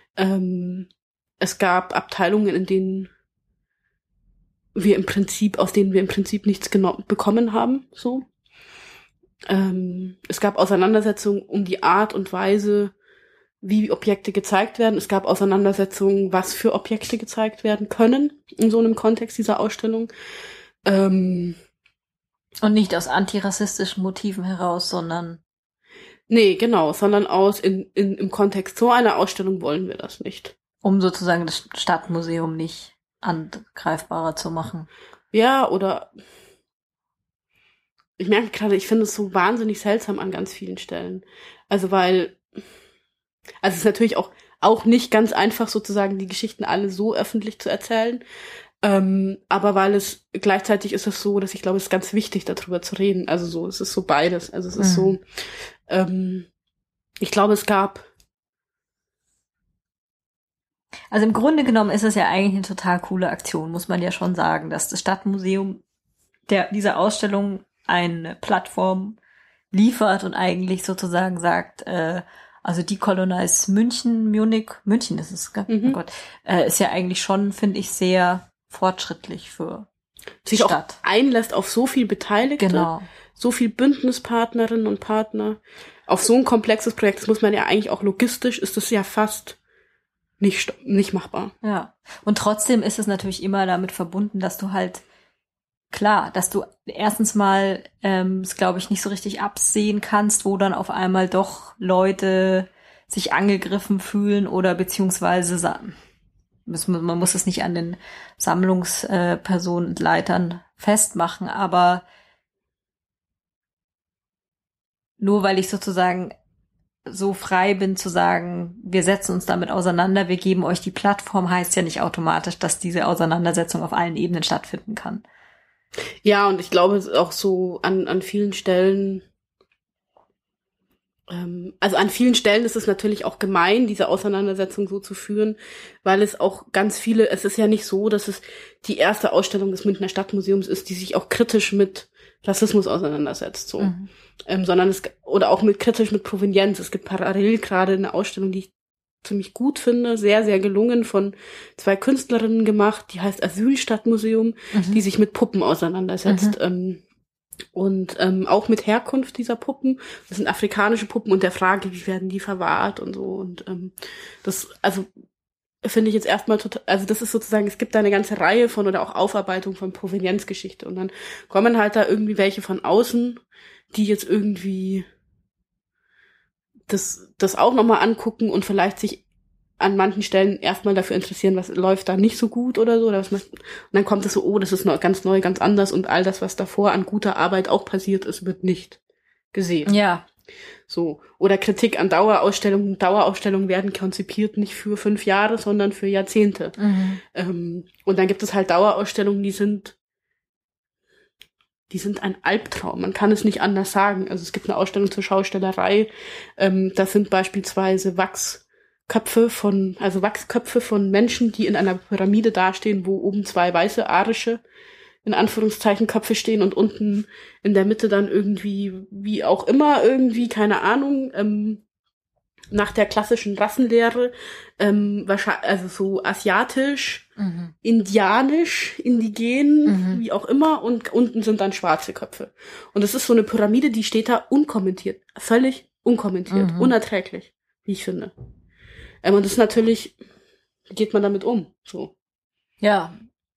Es gab Abteilungen, aus denen wir im Prinzip nichts bekommen haben, so. Es gab Auseinandersetzungen um die Art und Weise, wie Objekte gezeigt werden. Es gab Auseinandersetzungen, was für Objekte gezeigt werden können in so einem Kontext dieser Ausstellung. Und nicht aus antirassistischen Motiven heraus, sondern... Nee, genau, sondern im Kontext so einer Ausstellung wollen wir das nicht. Um sozusagen das Stadtmuseum nicht angreifbarer zu machen. Ja, oder ich merke gerade, ich finde es so wahnsinnig seltsam an ganz vielen Stellen. Also es ist natürlich auch nicht ganz einfach sozusagen die Geschichten alle so öffentlich zu erzählen. Aber weil gleichzeitig ist es so, dass ich glaube, es ist ganz wichtig, darüber zu reden. Also so, es ist so beides. Also es ist so, ich glaube, es gab. Also im Grunde genommen ist es ja eigentlich eine total coole Aktion, muss man ja schon sagen, dass das Stadtmuseum dieser Ausstellung eine Plattform liefert und eigentlich sozusagen sagt, also Decolonize München ist es, gell? Oh Gott, ist ja eigentlich schon, finde ich, sehr fortschrittlich für sich Stadt. Auch einlässt auf so viel Beteiligte, genau. So viel Bündnispartnerinnen und Partner, auf so ein komplexes Projekt, das muss man ja eigentlich auch logistisch, ist das ja fast nicht machbar. Ja, und trotzdem ist es natürlich immer damit verbunden, dass du halt, klar, dass du erstens mal es, glaube ich, nicht so richtig absehen kannst, wo dann auf einmal doch Leute sich angegriffen fühlen oder beziehungsweise man muss es nicht an den Sammlungspersonen und Leitern festmachen, aber nur weil ich sozusagen so frei bin zu sagen, wir setzen uns damit auseinander, wir geben euch die Plattform, heißt ja nicht automatisch, dass diese Auseinandersetzung auf allen Ebenen stattfinden kann. Ja, und ich glaube auch so an vielen Stellen, also an vielen Stellen ist es natürlich auch gemein, diese Auseinandersetzung so zu führen, weil es auch es ist ja nicht so, dass es die erste Ausstellung des Münchner Stadtmuseums ist, die sich auch kritisch mit Rassismus auseinandersetzt, so. Sondern oder auch kritisch mit Provenienz. Es gibt parallel gerade eine Ausstellung, die ich ziemlich gut finde, sehr, sehr gelungen, von 2 Künstlerinnen gemacht, die heißt Asylstadtmuseum, die sich mit Puppen auseinandersetzt. Und auch mit Herkunft dieser Puppen. Das sind afrikanische Puppen und der Frage, wie werden die verwahrt und so. Und das, also finde ich jetzt erstmal total, also das ist sozusagen, es gibt da eine ganze Reihe von oder auch Aufarbeitung von Provenienzgeschichte. Und dann kommen halt da irgendwie welche von außen, die jetzt irgendwie das auch nochmal angucken und vielleicht sich an manchen Stellen erstmal dafür interessieren, was läuft da nicht so gut oder so. Und dann kommt es so, oh, das ist ganz neu, ganz anders und all das, was davor an guter Arbeit auch passiert ist, wird nicht gesehen. Ja. So. Oder Kritik an Dauerausstellungen. Dauerausstellungen werden konzipiert nicht für 5 Jahre, sondern für Jahrzehnte. Mhm. Und dann gibt es halt Dauerausstellungen, die sind ein Albtraum. Man kann es nicht anders sagen. Also es gibt eine Ausstellung zur Schaustellerei. Das sind beispielsweise Wachsköpfe von Menschen, die in einer Pyramide dastehen, wo oben 2 weiße arische, in Anführungszeichen, Köpfe stehen und unten in der Mitte dann irgendwie, wie auch immer, irgendwie, keine Ahnung, nach der klassischen Rassenlehre, wahrscheinlich, also so asiatisch, indianisch, indigen, wie auch immer, und unten sind dann schwarze Köpfe. Und es ist so eine Pyramide, die steht da unkommentiert, völlig unkommentiert, unerträglich, wie ich finde. Und das ist natürlich, wie geht man damit um? So. Ja.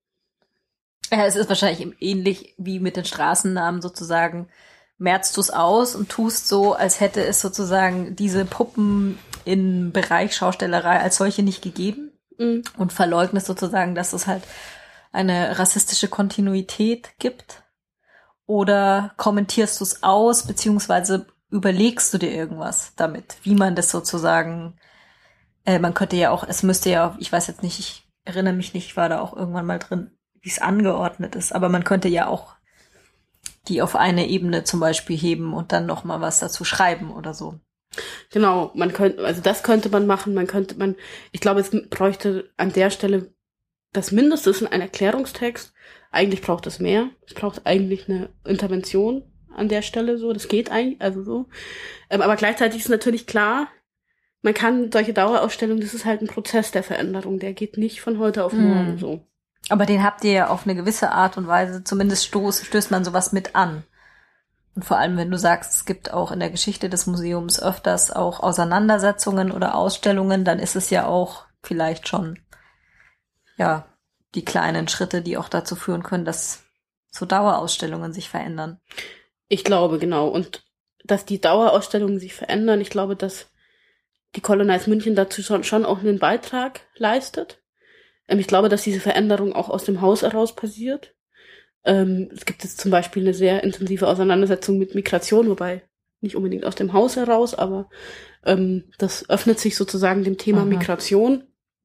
Ja, es ist wahrscheinlich ähnlich wie mit den Straßennamen sozusagen. Merzt du es aus und tust so, als hätte es sozusagen diese Puppen im Bereich Schaustellerei als solche nicht gegeben und verleugnest sozusagen, dass es halt eine rassistische Kontinuität gibt? Oder kommentierst du es aus, beziehungsweise überlegst du dir irgendwas damit, wie man das sozusagen, man könnte ja auch, es müsste ja, ich weiß jetzt nicht, ich erinnere mich nicht, ich war da auch irgendwann mal drin, wie es angeordnet ist, aber man könnte ja auch die auf eine Ebene zum Beispiel heben und dann noch mal was dazu schreiben oder so. Genau, das könnte man machen, ich glaube, es bräuchte an der Stelle das Mindeste ist ein Erklärungstext. Eigentlich braucht es mehr. Es braucht eigentlich eine Intervention an der Stelle so. Das geht eigentlich, also so. Aber gleichzeitig ist natürlich klar, man kann solche Dauerausstellungen, das ist halt ein Prozess der Veränderung. Der geht nicht von heute auf morgen so. Aber den habt ihr ja auf eine gewisse Art und Weise, zumindest stößt man sowas mit an. Und vor allem, wenn du sagst, es gibt auch in der Geschichte des Museums öfters auch Auseinandersetzungen oder Ausstellungen, dann ist es ja auch vielleicht schon, ja, die kleinen Schritte, die auch dazu führen können, dass so Dauerausstellungen sich verändern. Ich glaube, genau. Und dass die Dauerausstellungen sich verändern, ich glaube, dass die Colonize München dazu schon auch einen Beitrag leistet. Ich glaube, dass diese Veränderung auch aus dem Haus heraus passiert. Es gibt jetzt zum Beispiel eine sehr intensive Auseinandersetzung mit Migration, wobei nicht unbedingt aus dem Haus heraus, aber das öffnet sich sozusagen dem Thema Migration.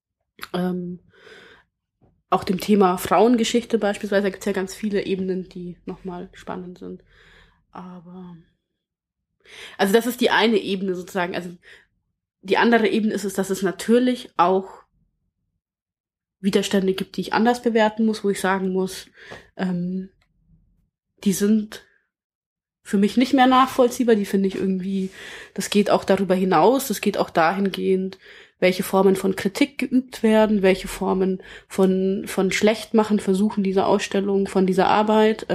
Auch dem Thema Frauengeschichte beispielsweise, da gibt es ja ganz viele Ebenen, die nochmal spannend sind. Aber also das ist die eine Ebene sozusagen. Also die andere Ebene ist es, dass es natürlich auch Widerstände gibt, die ich anders bewerten muss, wo ich sagen muss, die sind für mich nicht mehr nachvollziehbar, die finde ich irgendwie, das geht auch darüber hinaus, das geht auch dahingehend, welche Formen von Kritik geübt werden, welche Formen von Schlechtmachen versuchen dieser Ausstellung, von dieser Arbeit,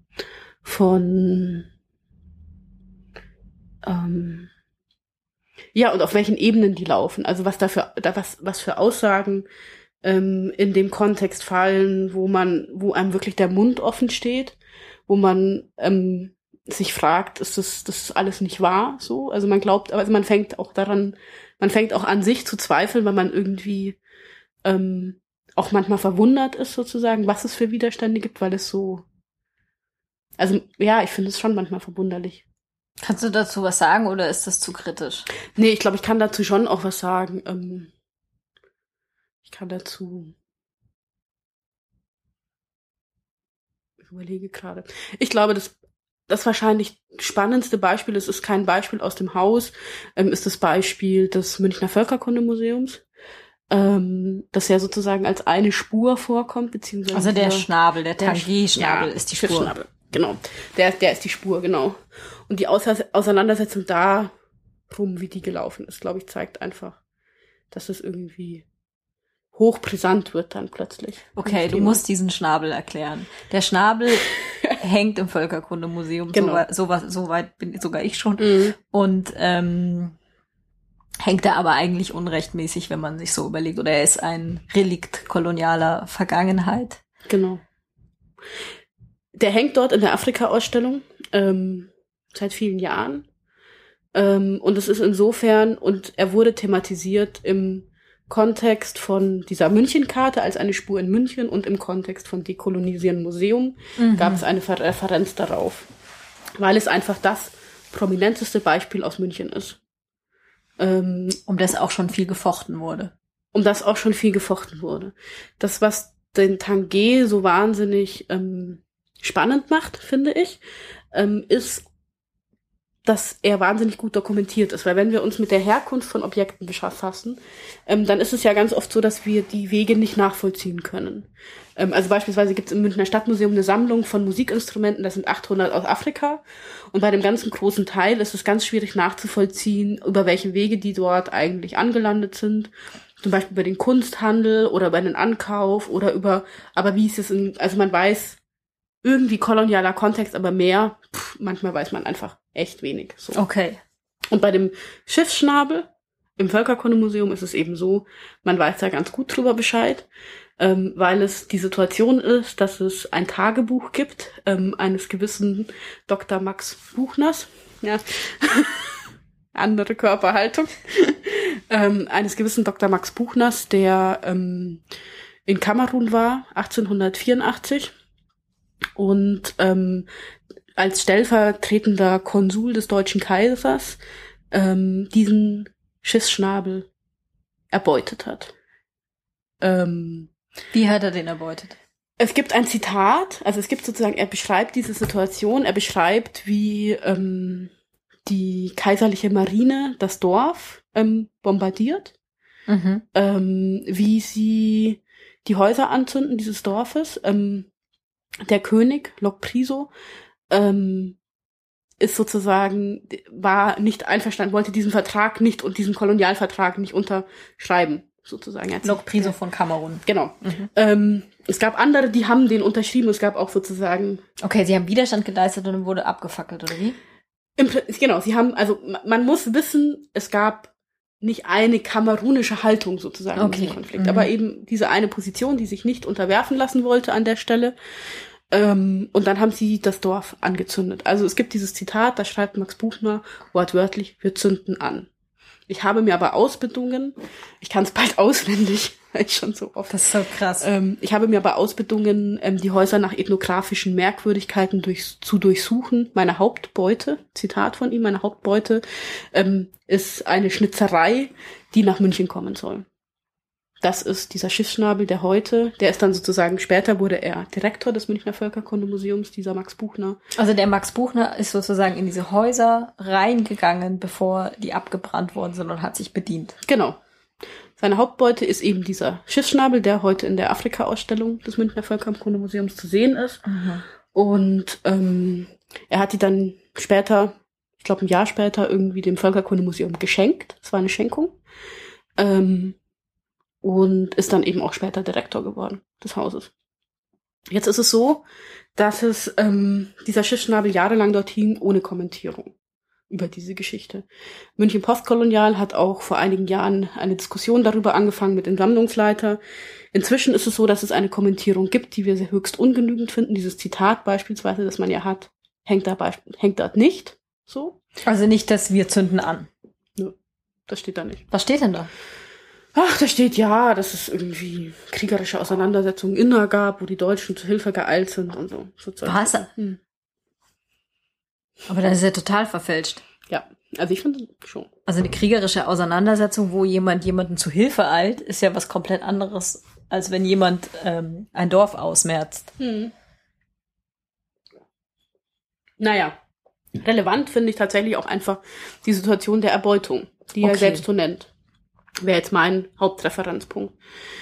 ja, und auf welchen Ebenen die laufen, also was für Aussagen in dem Kontext fallen, wo einem wirklich der Mund offen steht, wo man sich fragt, ist das alles nicht wahr, so? Also man glaubt, also man fängt auch an sich zu zweifeln, weil man irgendwie auch manchmal verwundert ist sozusagen, was es für Widerstände gibt, weil es so, also ja, ich finde es schon manchmal verwunderlich. Kannst du dazu was sagen oder ist das zu kritisch? Nee, ich glaube, ich kann dazu schon auch was sagen. Ich überlege gerade. Ich glaube, das wahrscheinlich spannendste Beispiel, es ist kein Beispiel aus dem Haus, ist das Beispiel des Münchner Völkerkundemuseums, das ja sozusagen als eine Spur vorkommt, beziehungsweise also der Schnabel, der Tanguy-Schnabel ist die Spur. Schnabel, genau. Der ist die Spur, genau. Und die Auseinandersetzung darum, wie die gelaufen ist, glaube ich, zeigt einfach, dass es irgendwie hochbrisant wird dann plötzlich. Okay, du musst diesen Schnabel erklären. Der Schnabel hängt im Völkerkundemuseum, genau. so weit bin sogar ich schon. Und hängt da aber eigentlich unrechtmäßig, wenn man sich so überlegt. Oder er ist ein Relikt kolonialer Vergangenheit. Genau. Der hängt dort in der Afrika-Ausstellung seit vielen Jahren. Und es ist insofern, und er wurde thematisiert im Kontext von dieser Münchenkarte als eine Spur in München und im Kontext von Dekolonisieren Museum gab es eine Referenz darauf, weil es einfach das prominenteste Beispiel aus München ist. Um das auch schon viel gefochten wurde. Das, was den Tanguay so wahnsinnig spannend macht, finde ich, ist, dass er wahnsinnig gut dokumentiert ist. Weil wenn wir uns mit der Herkunft von Objekten befassen, dann ist es ja ganz oft so, dass wir die Wege nicht nachvollziehen können. Also beispielsweise gibt es im Münchner Stadtmuseum eine Sammlung von Musikinstrumenten, das sind 800 aus Afrika. Und bei dem ganzen großen Teil ist es ganz schwierig nachzuvollziehen, über welche Wege die dort eigentlich angelandet sind. Zum Beispiel über den Kunsthandel oder über den Ankauf oder aber wie ist es also man weiß irgendwie kolonialer Kontext, aber mehr, manchmal weiß man einfach echt wenig. So. Okay. Und bei dem Schiffsschnabel im Völkerkundemuseum ist es eben so, man weiß da ganz gut drüber Bescheid, weil es die Situation ist, dass es ein Tagebuch gibt, eines gewissen Dr. Max Buchners, ja, andere Körperhaltung, eines gewissen Dr. Max Buchners, der in Kamerun war, 1884, und als stellvertretender Konsul des Deutschen Kaisers diesen Schiffsschnabel erbeutet hat. Wie hat er den erbeutet? Es gibt ein Zitat, also es gibt sozusagen, er beschreibt diese Situation, er beschreibt, wie die kaiserliche Marine das Dorf bombardiert, wie sie die Häuser anzünden dieses Dorfes. Der König, Locpriso, ist sozusagen, war nicht einverstanden, wollte diesen Vertrag nicht und diesen Kolonialvertrag nicht unterschreiben, sozusagen. Locpriso von Kamerun. Genau. Es gab andere, die haben den unterschrieben, es gab auch sozusagen... Okay, sie haben Widerstand geleistet und dann wurde abgefackelt, oder wie? Genau, sie haben, also man muss wissen, es gab nicht eine kamerunische Haltung sozusagen in diesem Konflikt, aber eben diese eine Position, die sich nicht unterwerfen lassen wollte an der Stelle. Und dann haben sie das Dorf angezündet. Also es gibt dieses Zitat, da schreibt Max Buchner wortwörtlich, wir zünden an. Ich habe mir aber Ausbildungen, ich kann es bald auswendig, weil ich schon so oft... Das ist so krass. Ich habe mir aber Ausbildungen, die Häuser nach ethnografischen Merkwürdigkeiten zu durchsuchen. Meine Hauptbeute, Zitat von ihm, meine Hauptbeute ist eine Schnitzerei, die nach München kommen soll. Das ist dieser Schiffsschnabel, der ist dann sozusagen, später wurde er Direktor des Münchner Völkerkundemuseums, dieser Max Buchner. Also der Max Buchner ist sozusagen in diese Häuser reingegangen, bevor die abgebrannt worden sind und hat sich bedient. Genau. Seine Hauptbeute ist eben dieser Schiffsschnabel, der heute in der Afrika-Ausstellung des Münchner Völkerkundemuseums zu sehen ist. Und er hat die dann später, ich glaube ein Jahr später, irgendwie dem Völkerkundemuseum geschenkt. Das war eine Schenkung. Und ist dann eben auch später Direktor geworden des Hauses. Jetzt ist es so, dass es dieser Schiffsschnabel jahrelang dort hing, ohne Kommentierung über diese Geschichte. München Postkolonial hat auch vor einigen Jahren eine Diskussion darüber angefangen mit dem Sammlungsleiter. Inzwischen ist es so, dass es eine Kommentierung gibt, die wir sehr höchst ungenügend finden. Dieses Zitat beispielsweise, das man ja hat, hängt dort nicht. So. Also nicht, dass wir zünden an. Nö, das steht da nicht. Was steht denn da? Ach, da steht ja, dass es irgendwie kriegerische Auseinandersetzungen inner gab, wo die Deutschen zu Hilfe geeilt sind und so. Was? Aber das ist ja total verfälscht. Ja, also ich finde schon. Also eine kriegerische Auseinandersetzung, wo jemand jemanden zu Hilfe eilt, ist ja was komplett anderes, als wenn jemand ein Dorf ausmerzt. Naja, relevant finde ich tatsächlich auch einfach die Situation der Erbeutung, die er selbst so nennt. Wäre jetzt mein Hauptreferenzpunkt.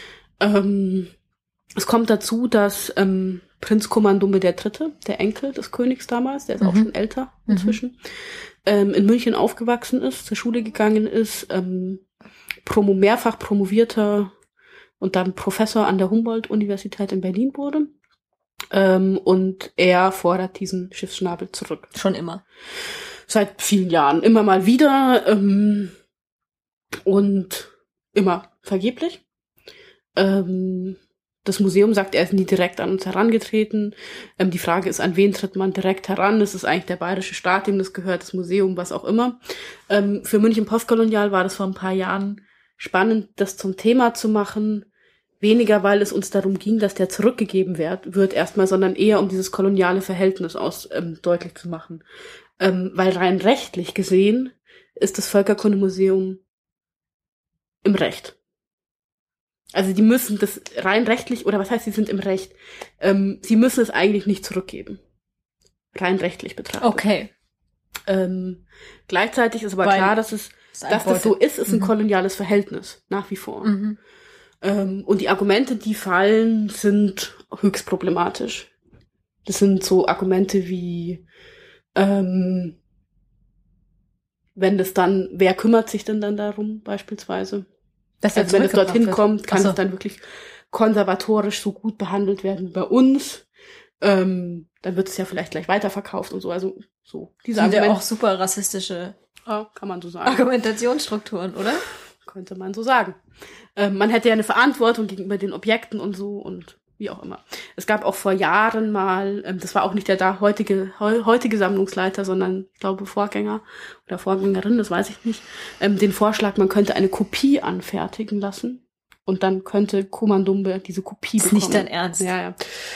Es kommt dazu, dass Prinz Komandumbe III., der Enkel des Königs damals, der ist auch schon älter inzwischen, in München aufgewachsen ist, zur Schule gegangen ist, mehrfach promovierter und dann Professor an der Humboldt-Universität in Berlin wurde. Und er fordert diesen Schiffsschnabel zurück. Schon immer. Seit vielen Jahren. Immer mal wieder und immer vergeblich. Das Museum sagt, er ist nie direkt an uns herangetreten. Die Frage ist, an wen tritt man direkt heran? Das ist eigentlich der bayerische Staat, dem das gehört, das Museum, was auch immer. Für München Postkolonial war das vor ein paar Jahren spannend, das zum Thema zu machen. Weniger, weil es uns darum ging, dass der zurückgegeben wird erstmal, sondern eher um dieses koloniale Verhältnis deutlich zu machen. Weil rein rechtlich gesehen ist das Völkerkundemuseum im Recht. Also die müssen das rein rechtlich, oder was heißt, sie sind im Recht, sie müssen es eigentlich nicht zurückgeben. Rein rechtlich betrachtet. Okay. Gleichzeitig ist aber klar, dass das so ist ein koloniales Verhältnis, nach wie vor. Mhm. Und die Argumente, die fallen, sind höchst problematisch. Das sind so Argumente wie, wenn das dann, wer kümmert sich denn dann darum, beispielsweise? Also wenn es dorthin kommt, kann es dann wirklich konservatorisch so gut behandelt werden wie bei uns. Dann wird es ja vielleicht gleich weiterverkauft und so. Also so diese Argumente. Sind ja auch super rassistische kann man so sagen. Argumentationsstrukturen, oder? Könnte man so sagen. Man hätte ja eine Verantwortung gegenüber den Objekten und so und wie auch immer. Es gab auch vor Jahren mal, das war auch nicht der heutige Sammlungsleiter, sondern ich glaube Vorgänger oder Vorgängerin, das weiß ich nicht, den Vorschlag, man könnte eine Kopie anfertigen lassen und dann könnte Komandumbe diese Kopie bekommen. Ist nicht dein Ernst? Ja.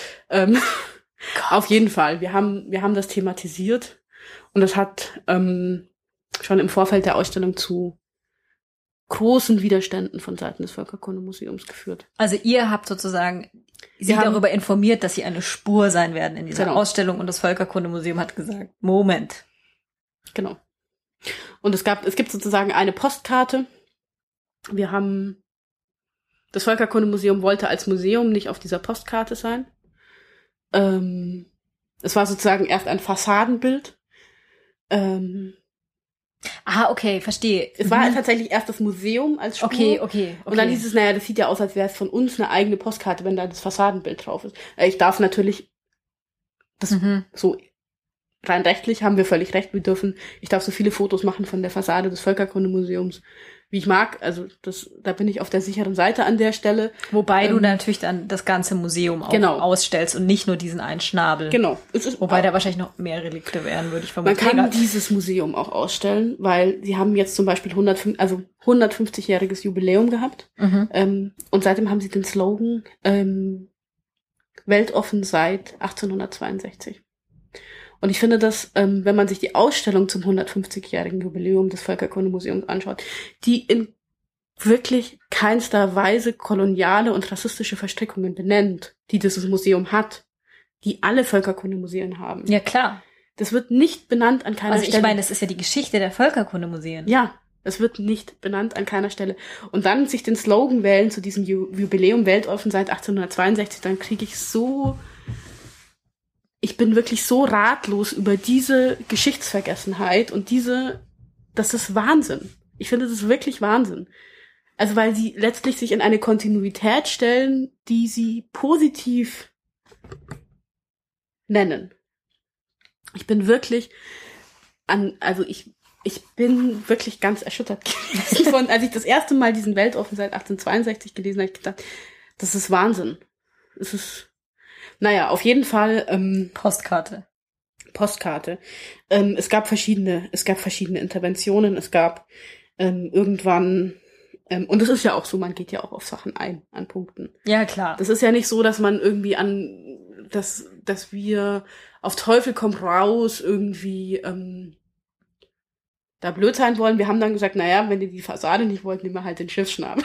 Auf jeden Fall. Wir haben das thematisiert und das hat schon im Vorfeld der Ausstellung zu großen Widerständen von Seiten des Völkerkundemuseums geführt. Also ihr habt sozusagen sie darüber informiert, dass sie eine Spur sein werden in dieser Ausstellung und das Völkerkundemuseum hat gesagt, Moment. Genau. Und es gibt sozusagen eine Postkarte. Das Völkerkundemuseum wollte als Museum nicht auf dieser Postkarte sein. Es war sozusagen erst ein Fassadenbild. Okay, verstehe. Es war tatsächlich erst das Museum als Spur. Okay. Und dann hieß es, das sieht ja aus, als wäre es von uns eine eigene Postkarte, wenn da das Fassadenbild drauf ist. Ich darf natürlich, so rein rechtlich haben wir völlig recht, ich darf so viele Fotos machen von der Fassade des Völkerkundemuseums, wie ich mag. Also da bin ich auf der sicheren Seite an der Stelle. Wobei du natürlich dann das ganze Museum auch ausstellst und nicht nur diesen einen Schnabel. Genau. Wobei da wahrscheinlich noch mehr Relikte wären, würde ich vermuten. Man kann dieses Museum auch ausstellen, weil sie haben jetzt zum Beispiel 150-jähriges Jubiläum gehabt. Mhm. Und seitdem haben sie den Slogan weltoffen seit 1862. Und ich finde, dass, wenn man sich die Ausstellung zum 150-jährigen Jubiläum des Völkerkundemuseums anschaut, die in wirklich keinster Weise koloniale und rassistische Verstrickungen benennt, die dieses Museum hat, die alle Völkerkundemuseen haben. Ja, klar. Das wird nicht benannt an keiner Stelle. Also ich meine, es ist ja die Geschichte der Völkerkundemuseen. Ja, es wird nicht benannt an keiner Stelle. Und dann sich den Slogan wählen zu diesem Jubiläum weltoffen seit 1862, dann kriege ich bin wirklich so ratlos über diese Geschichtsvergessenheit und das ist Wahnsinn. Ich finde, das ist wirklich Wahnsinn. Also, weil sie letztlich sich in eine Kontinuität stellen, die sie positiv nennen. Ich bin wirklich ich bin wirklich ganz erschüttert gewesen als ich das erste Mal diesen Weltoffen seit 1862 gelesen habe, ich gedacht, das ist Wahnsinn. Es ist auf jeden Fall Postkarte. Es gab verschiedene Interventionen. Es gab irgendwann und das ist ja auch so, man geht ja auch auf Sachen ein, an Punkten. Ja, klar. Das ist ja nicht so, dass man irgendwie dass wir auf Teufel komm raus irgendwie da blöd sein wollen. Wir haben dann gesagt, wenn ihr die Fassade nicht wollt, nehmen wir halt den Schiffsschnabel.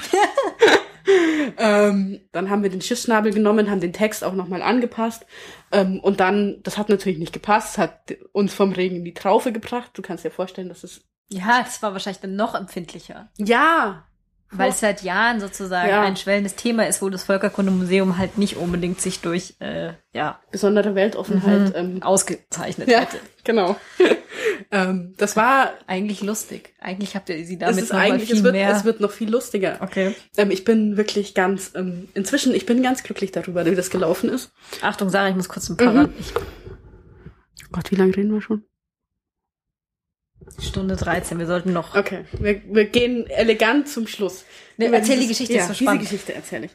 Dann haben wir den Schiffsschnabel genommen, haben den Text auch nochmal angepasst. Und dann, das hat natürlich nicht gepasst, hat uns vom Regen in die Traufe gebracht. Du kannst dir vorstellen, dass es... Ja, das war wahrscheinlich dann noch empfindlicher. Ja. Weil es seit Jahren sozusagen ein schwellendes Thema ist, wo das Völkerkundemuseum halt nicht unbedingt sich durch, besondere Weltoffenheit ausgezeichnet hätte. Genau. Das war eigentlich lustig. Eigentlich habt ihr sie es damit ist noch mal eigentlich, viel mehr. es wird noch viel lustiger. Okay. Ich bin wirklich ganz, inzwischen, ich bin ganz glücklich darüber, wie das gelaufen ist. Achtung, Sarah, ich muss kurz ein paar Gott, wie lange reden wir schon? Stunde 13, wir sollten noch. Okay, wir gehen elegant zum Schluss. Erzähl die Geschichte, ist so spannend. Diese Geschichte erzähle ich.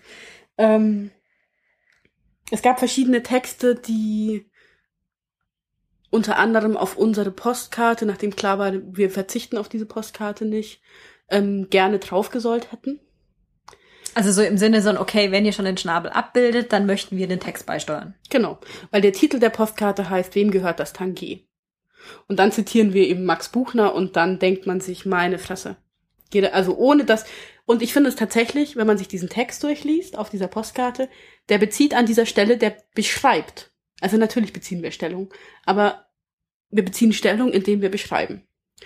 Es gab verschiedene Texte, die unter anderem auf unsere Postkarte, nachdem klar war, wir verzichten auf diese Postkarte nicht, gerne draufgesollt hätten. Also so im Sinne so, okay, wenn ihr schon den Schnabel abbildet, dann möchten wir den Text beisteuern. Genau, weil der Titel der Postkarte heißt, wem gehört das Tangier? Und dann zitieren wir eben Max Buchner und dann denkt man sich, meine Fresse. Also ohne das, und ich finde es tatsächlich, wenn man sich diesen Text durchliest auf dieser Postkarte, der bezieht an dieser Stelle, der beschreibt. Also natürlich beziehen wir Stellung, aber wir beziehen Stellung, indem wir beschreiben.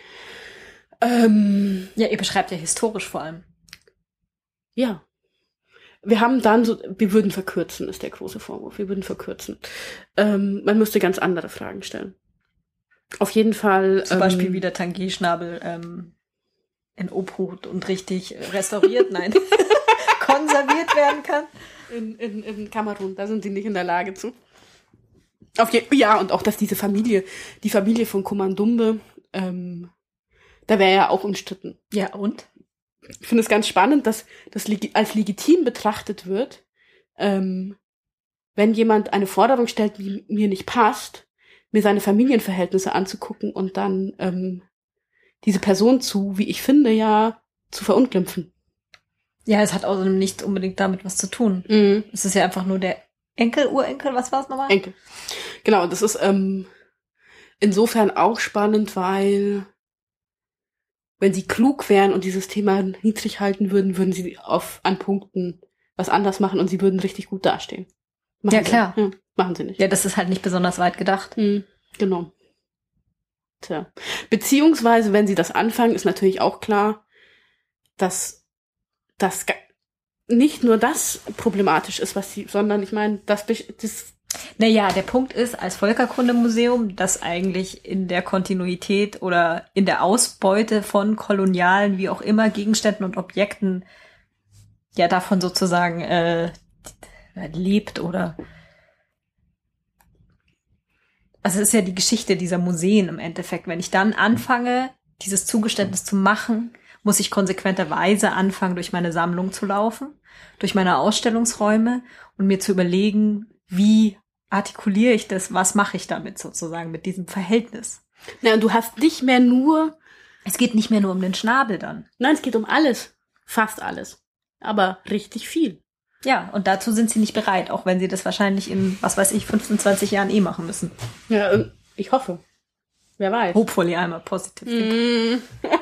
Ja, ihr beschreibt ja historisch vor allem. Ja. Wir haben dann so, wir würden verkürzen, ist der große Vorwurf. Wir würden verkürzen. Man müsste ganz andere Fragen stellen. Auf jeden Fall. Zum Beispiel wie der Tangier-Schnabel in Obhut und richtig restauriert, nein, konserviert werden kann. In Kamerun, da sind sie nicht in der Lage zu. Ja, und auch, dass die Familie von Komandumbe, da wäre ja auch umstritten. Ja, und? Ich finde es ganz spannend, dass das als legitim betrachtet wird, wenn jemand eine Forderung stellt, die mir nicht passt, mir seine Familienverhältnisse anzugucken und dann diese Person wie ich finde, ja, zu verunglimpfen. Ja, es hat außerdem nicht unbedingt damit was zu tun. Mhm. Es ist ja einfach nur der Enkel, Urenkel, was war es nochmal? Enkel. Genau, das ist insofern auch spannend, weil wenn sie klug wären und dieses Thema niedrig halten würden, würden sie an Punkten was anders machen und sie würden richtig gut dastehen. Ja, klar. Ja, machen sie nicht. Ja, das ist halt nicht besonders weit gedacht. Genau. Tja. Beziehungsweise, wenn sie das anfangen, ist natürlich auch klar, dass das nicht nur das problematisch ist, sondern ich meine, das Naja, der Punkt ist, als Völkerkundemuseum, das eigentlich in der Kontinuität oder in der Ausbeute von kolonialen, wie auch immer, Gegenständen und Objekten ja davon sozusagen lebt oder also es ist ja die Geschichte dieser Museen im Endeffekt. Wenn ich dann anfange, dieses Zugeständnis zu machen, muss ich konsequenterweise anfangen, durch meine Sammlung zu laufen, durch meine Ausstellungsräume und mir zu überlegen, wie artikuliere ich das, was mache ich damit sozusagen, mit diesem Verhältnis. Ja, und du hast nicht mehr nur... Es geht nicht mehr nur um den Schnabel dann. Nein, es geht um alles. Fast alles. Aber richtig viel. Ja, und dazu sind sie nicht bereit, auch wenn sie das wahrscheinlich in, 15, 20 Jahren machen müssen. Ja, ich hoffe. Wer weiß. Hopefully einmal positiv.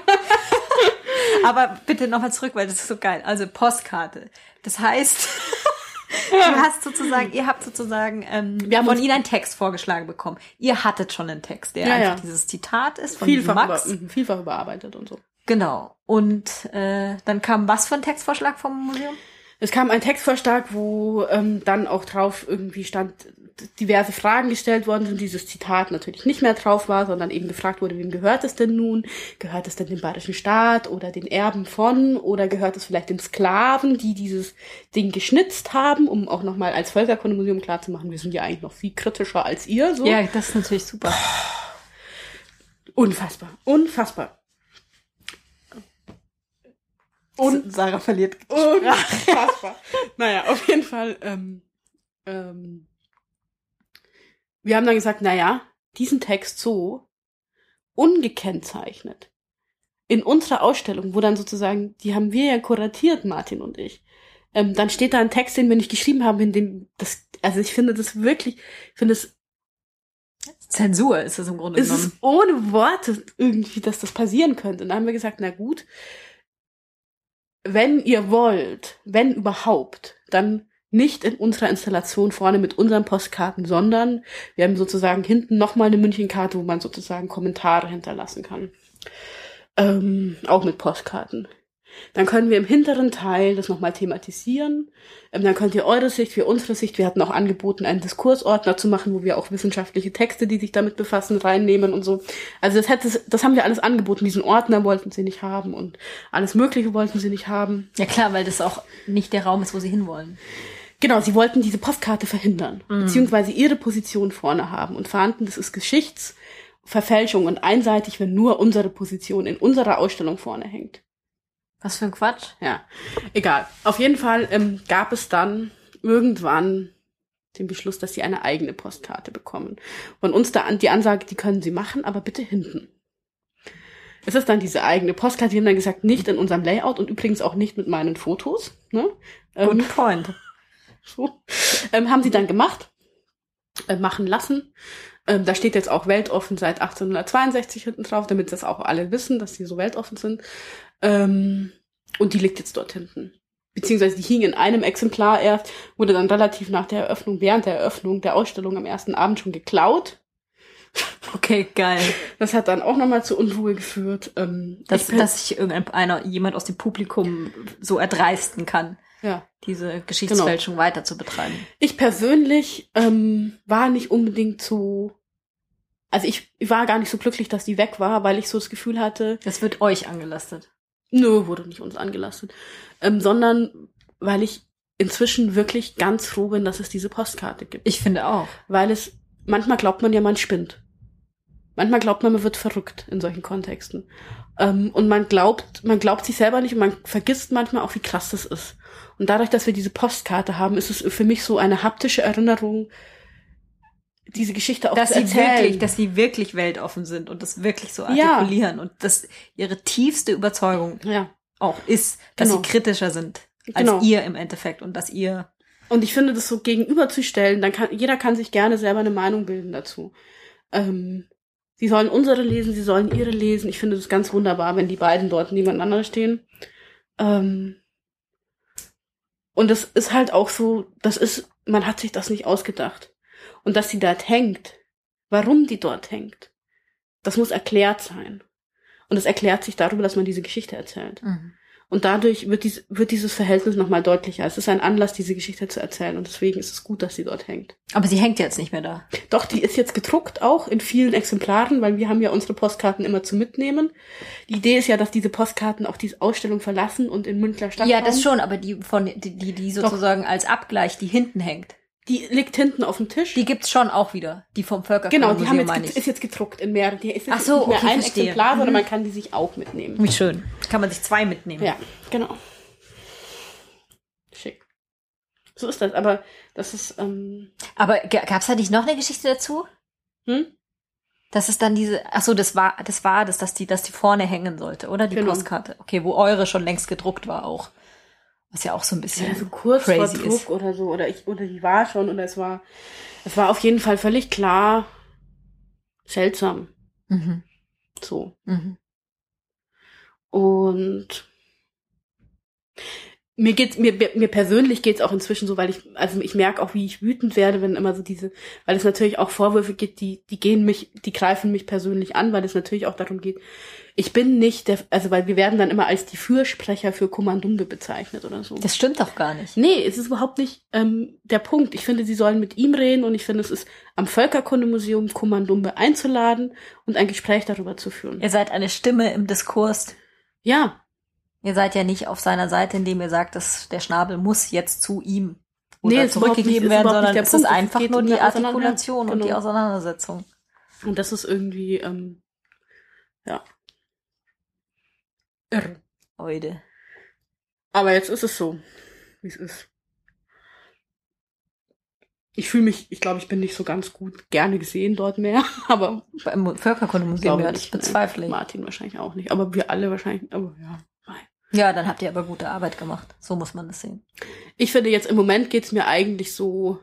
Aber bitte nochmal zurück, weil das ist so geil. Also Postkarte. Das heißt, ihr habt sozusagen wir haben von Ihnen einen Text vorgeschlagen bekommen. Ihr hattet schon einen Text, der einfach dieses Zitat ist von Max. Vielfach überarbeitet und so. Genau. Und dann kam was für ein Textvorschlag vom Museum? Es kam ein Textvorschlag, wo dann auch drauf irgendwie stand, diverse Fragen gestellt worden sind, dieses Zitat natürlich nicht mehr drauf war, sondern eben gefragt wurde, wem gehört es denn nun? Gehört es denn dem bayerischen Staat oder den Erben von? Oder gehört es vielleicht den Sklaven, die dieses Ding geschnitzt haben, um auch nochmal als Völkerkundemuseum klarzumachen, wir sind ja eigentlich noch viel kritischer als ihr. So. Ja, das ist natürlich super. Unfassbar. Und Sarah verliert. Unfassbar. Naja, auf jeden Fall. Wir haben dann gesagt, diesen Text so ungekennzeichnet in unserer Ausstellung, wo dann sozusagen, die haben wir ja kuratiert, Martin und ich. Dann steht da ein Text, den wir nicht geschrieben haben, in dem ich finde das wirklich, Zensur ist es im Grunde genommen. Es ist ohne Worte irgendwie, dass das passieren könnte. Und dann haben wir gesagt, na gut, wenn ihr wollt, wenn überhaupt, dann nicht in unserer Installation vorne mit unseren Postkarten, sondern wir haben sozusagen hinten nochmal eine Münchenkarte, wo man sozusagen Kommentare hinterlassen kann. Auch mit Postkarten. Dann können wir im hinteren Teil das nochmal thematisieren. Dann könnt ihr eure Sicht, wir unsere Sicht. Wir hatten auch angeboten, einen Diskursordner zu machen, wo wir auch wissenschaftliche Texte, die sich damit befassen, reinnehmen und so. Also das haben wir alles angeboten. Diesen Ordner wollten sie nicht haben und alles Mögliche wollten sie nicht haben. Ja klar, weil das auch nicht der Raum ist, wo sie hinwollen. Genau, sie wollten diese Postkarte verhindern, beziehungsweise ihre Position vorne haben und fanden, das ist Geschichtsverfälschung und einseitig, wenn nur unsere Position in unserer Ausstellung vorne hängt. Was für ein Quatsch. Ja, egal. Auf jeden Fall gab es dann irgendwann den Beschluss, dass sie eine eigene Postkarte bekommen. Von uns da die Ansage, die können sie machen, aber bitte hinten. Es ist dann diese eigene Postkarte, die haben dann gesagt, nicht in unserem Layout und übrigens auch nicht mit meinen Fotos. Ne? Good point. So. Haben sie dann gemacht, machen lassen. Da steht jetzt auch weltoffen seit 1862 hinten drauf, damit das auch alle wissen, dass sie so weltoffen sind. Und die liegt jetzt dort hinten. Beziehungsweise die hing in einem Exemplar erst, wurde dann relativ nach der Eröffnung, während der Eröffnung der Ausstellung am ersten Abend schon geklaut. Okay, geil. Das hat dann auch nochmal zu Unruhe geführt. Dass sich jemand aus dem Publikum so erdreisten kann, diese Geschichtsfälschung weiter zu betreiben. Ich persönlich war nicht unbedingt also ich war gar nicht so glücklich, dass die weg war, weil ich so das Gefühl hatte... Das wird euch angelastet. Nö, wurde nicht uns angelastet. Sondern weil ich inzwischen wirklich ganz froh bin, dass es diese Postkarte gibt. Ich finde auch. Weil manchmal glaubt man ja, man spinnt. Manchmal glaubt man wird verrückt in solchen Kontexten. Und man glaubt sich selber nicht und man vergisst manchmal auch, wie krass das ist. Und dadurch, dass wir diese Postkarte haben, ist es für mich so eine haptische Erinnerung, diese Geschichte auch zu erzählen. Dass sie wirklich weltoffen sind und das wirklich so artikulieren und dass ihre tiefste Überzeugung auch ist, dass sie kritischer sind als ihr im Endeffekt und dass ihr... Und ich finde, das so gegenüberzustellen, jeder kann sich gerne selber eine Meinung bilden dazu. Sie sollen unsere lesen, sie sollen ihre lesen. Ich finde das ganz wunderbar, wenn die beiden dort nebeneinander stehen. Und das ist halt auch so, man hat sich das nicht ausgedacht. Und dass sie dort hängt, warum die dort hängt, das muss erklärt sein. Und es erklärt sich darüber, dass man diese Geschichte erzählt. Mhm. Und dadurch wird dieses Verhältnis nochmal deutlicher. Es ist ein Anlass, diese Geschichte zu erzählen. Und deswegen ist es gut, dass sie dort hängt. Aber sie hängt jetzt nicht mehr da. Doch, die ist jetzt gedruckt auch in vielen Exemplaren, weil wir haben ja unsere Postkarten immer zu mitnehmen. Die Idee ist ja, dass diese Postkarten auch diese Ausstellung verlassen und in Münkler Stadt Ja, das schon, aber die sozusagen als Abgleich, die hinten hängt. Die liegt hinten auf dem Tisch. Die gibt's schon auch wieder. Die vom Völkerkundemuseum, genau, ist jetzt gedruckt in mehreren. Die ist jetzt nicht mehr ein verstehe. Exemplar, sondern man kann die sich auch mitnehmen. Wie schön. Kann man sich 2 mitnehmen. Ja, genau. Schick. So ist das, aber das ist... Aber gab's da nicht noch eine Geschichte dazu? Das ist dann dass die vorne hängen sollte, oder? Die Postkarte. Okay, wo eure schon längst gedruckt war auch. Was ja auch so ein bisschen so kurz vor crazy Druck ist. Oder so, oder die war schon, und es war auf jeden Fall völlig klar seltsam. Mhm. So. Mhm. Und mir persönlich geht's auch inzwischen so, weil ich merke auch, wie ich wütend werde, wenn immer so weil es natürlich auch Vorwürfe gibt, die greifen mich persönlich an, weil es natürlich auch darum geht, ich bin nicht weil wir werden dann immer als die Fürsprecher für Kumandumbe bezeichnet oder so. Das stimmt doch gar nicht. Nee, es ist überhaupt nicht der Punkt. Ich finde, sie sollen mit ihm reden und ich finde, es ist am Völkerkundemuseum Kumandumbe einzuladen und ein Gespräch darüber zu führen. Ihr seid eine Stimme im Diskurs. Ja. Ihr seid ja nicht auf seiner Seite, indem ihr sagt, dass der Schnabel muss jetzt zu ihm oder zurückgegeben werden, sondern es ist einfach nur die Artikulation und die Auseinandersetzung. Und das ist irgendwie, irre. Oide. Aber jetzt ist es so, wie es ist. Ich glaube, ich bin nicht so ganz gut gerne gesehen dort mehr, aber beim Völkerkundemuseum, das bezweifle ich. Martin wahrscheinlich auch nicht, aber wir alle wahrscheinlich, aber ja. Ja, dann habt ihr aber gute Arbeit gemacht. So muss man das sehen. Ich finde jetzt im Moment geht's mir eigentlich so,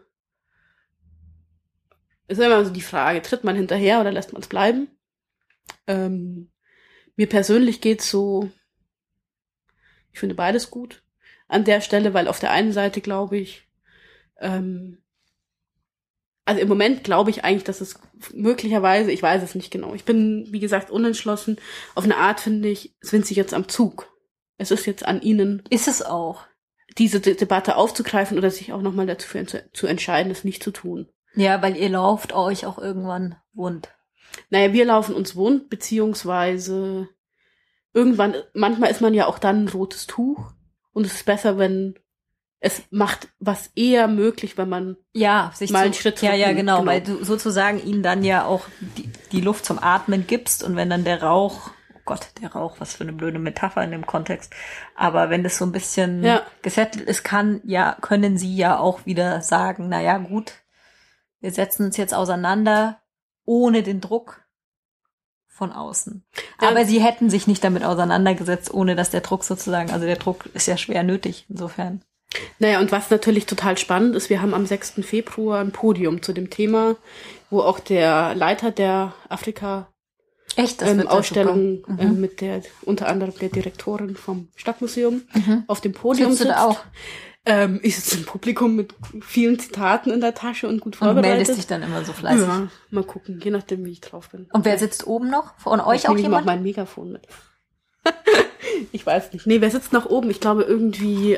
ist immer so die Frage, tritt man hinterher oder lässt man es bleiben? Mir persönlich geht's so, ich finde beides gut an der Stelle, weil auf der einen Seite glaube ich, also im Moment glaube ich eigentlich, dass es möglicherweise, ich weiß es nicht genau, ich bin, wie gesagt, unentschlossen. Auf eine Art finde ich, sind sie jetzt am Zug. Es ist jetzt an Ihnen. Ist es auch. Diese Debatte aufzugreifen oder sich auch nochmal dazu zu entscheiden, es nicht zu tun. Ja, weil ihr lauft euch auch irgendwann wund. Naja, wir laufen uns wund, beziehungsweise irgendwann, manchmal ist man ja auch dann ein rotes Tuch und es ist besser, wenn es macht was eher möglich, wenn man sich mal einen Schritt zurück. Ja, genau, weil du sozusagen ihnen dann ja auch die Luft zum Atmen gibst und wenn dann der Rauch, oh Gott, der Rauch, was für eine blöde Metapher in dem Kontext, aber wenn das so ein bisschen gesettelt ist, können sie ja auch wieder sagen, na ja, gut, wir setzen uns jetzt auseinander ohne den Druck von außen. Aber sie hätten sich nicht damit auseinandergesetzt, ohne dass der Druck sozusagen, also der Druck ist ja schwer nötig, insofern. Naja, und was natürlich total spannend ist, wir haben am 6. Februar ein Podium zu dem Thema, wo auch der Leiter der Afrika-Ausstellung mit der unter anderem der Direktorin vom Stadtmuseum auf dem Podium sitzt. Da auch? Ich sitze im Publikum mit vielen Zitaten in der Tasche und gut vorbereitet. Und meldest dich dann immer so fleißig. Ja, mal gucken, je nachdem, wie ich drauf bin. Und wer sitzt oben noch? Von euch auch jemand? Ich nehme auch mein Megafon mit. Ich weiß nicht. Nee, wer sitzt noch oben? Ich glaube irgendwie,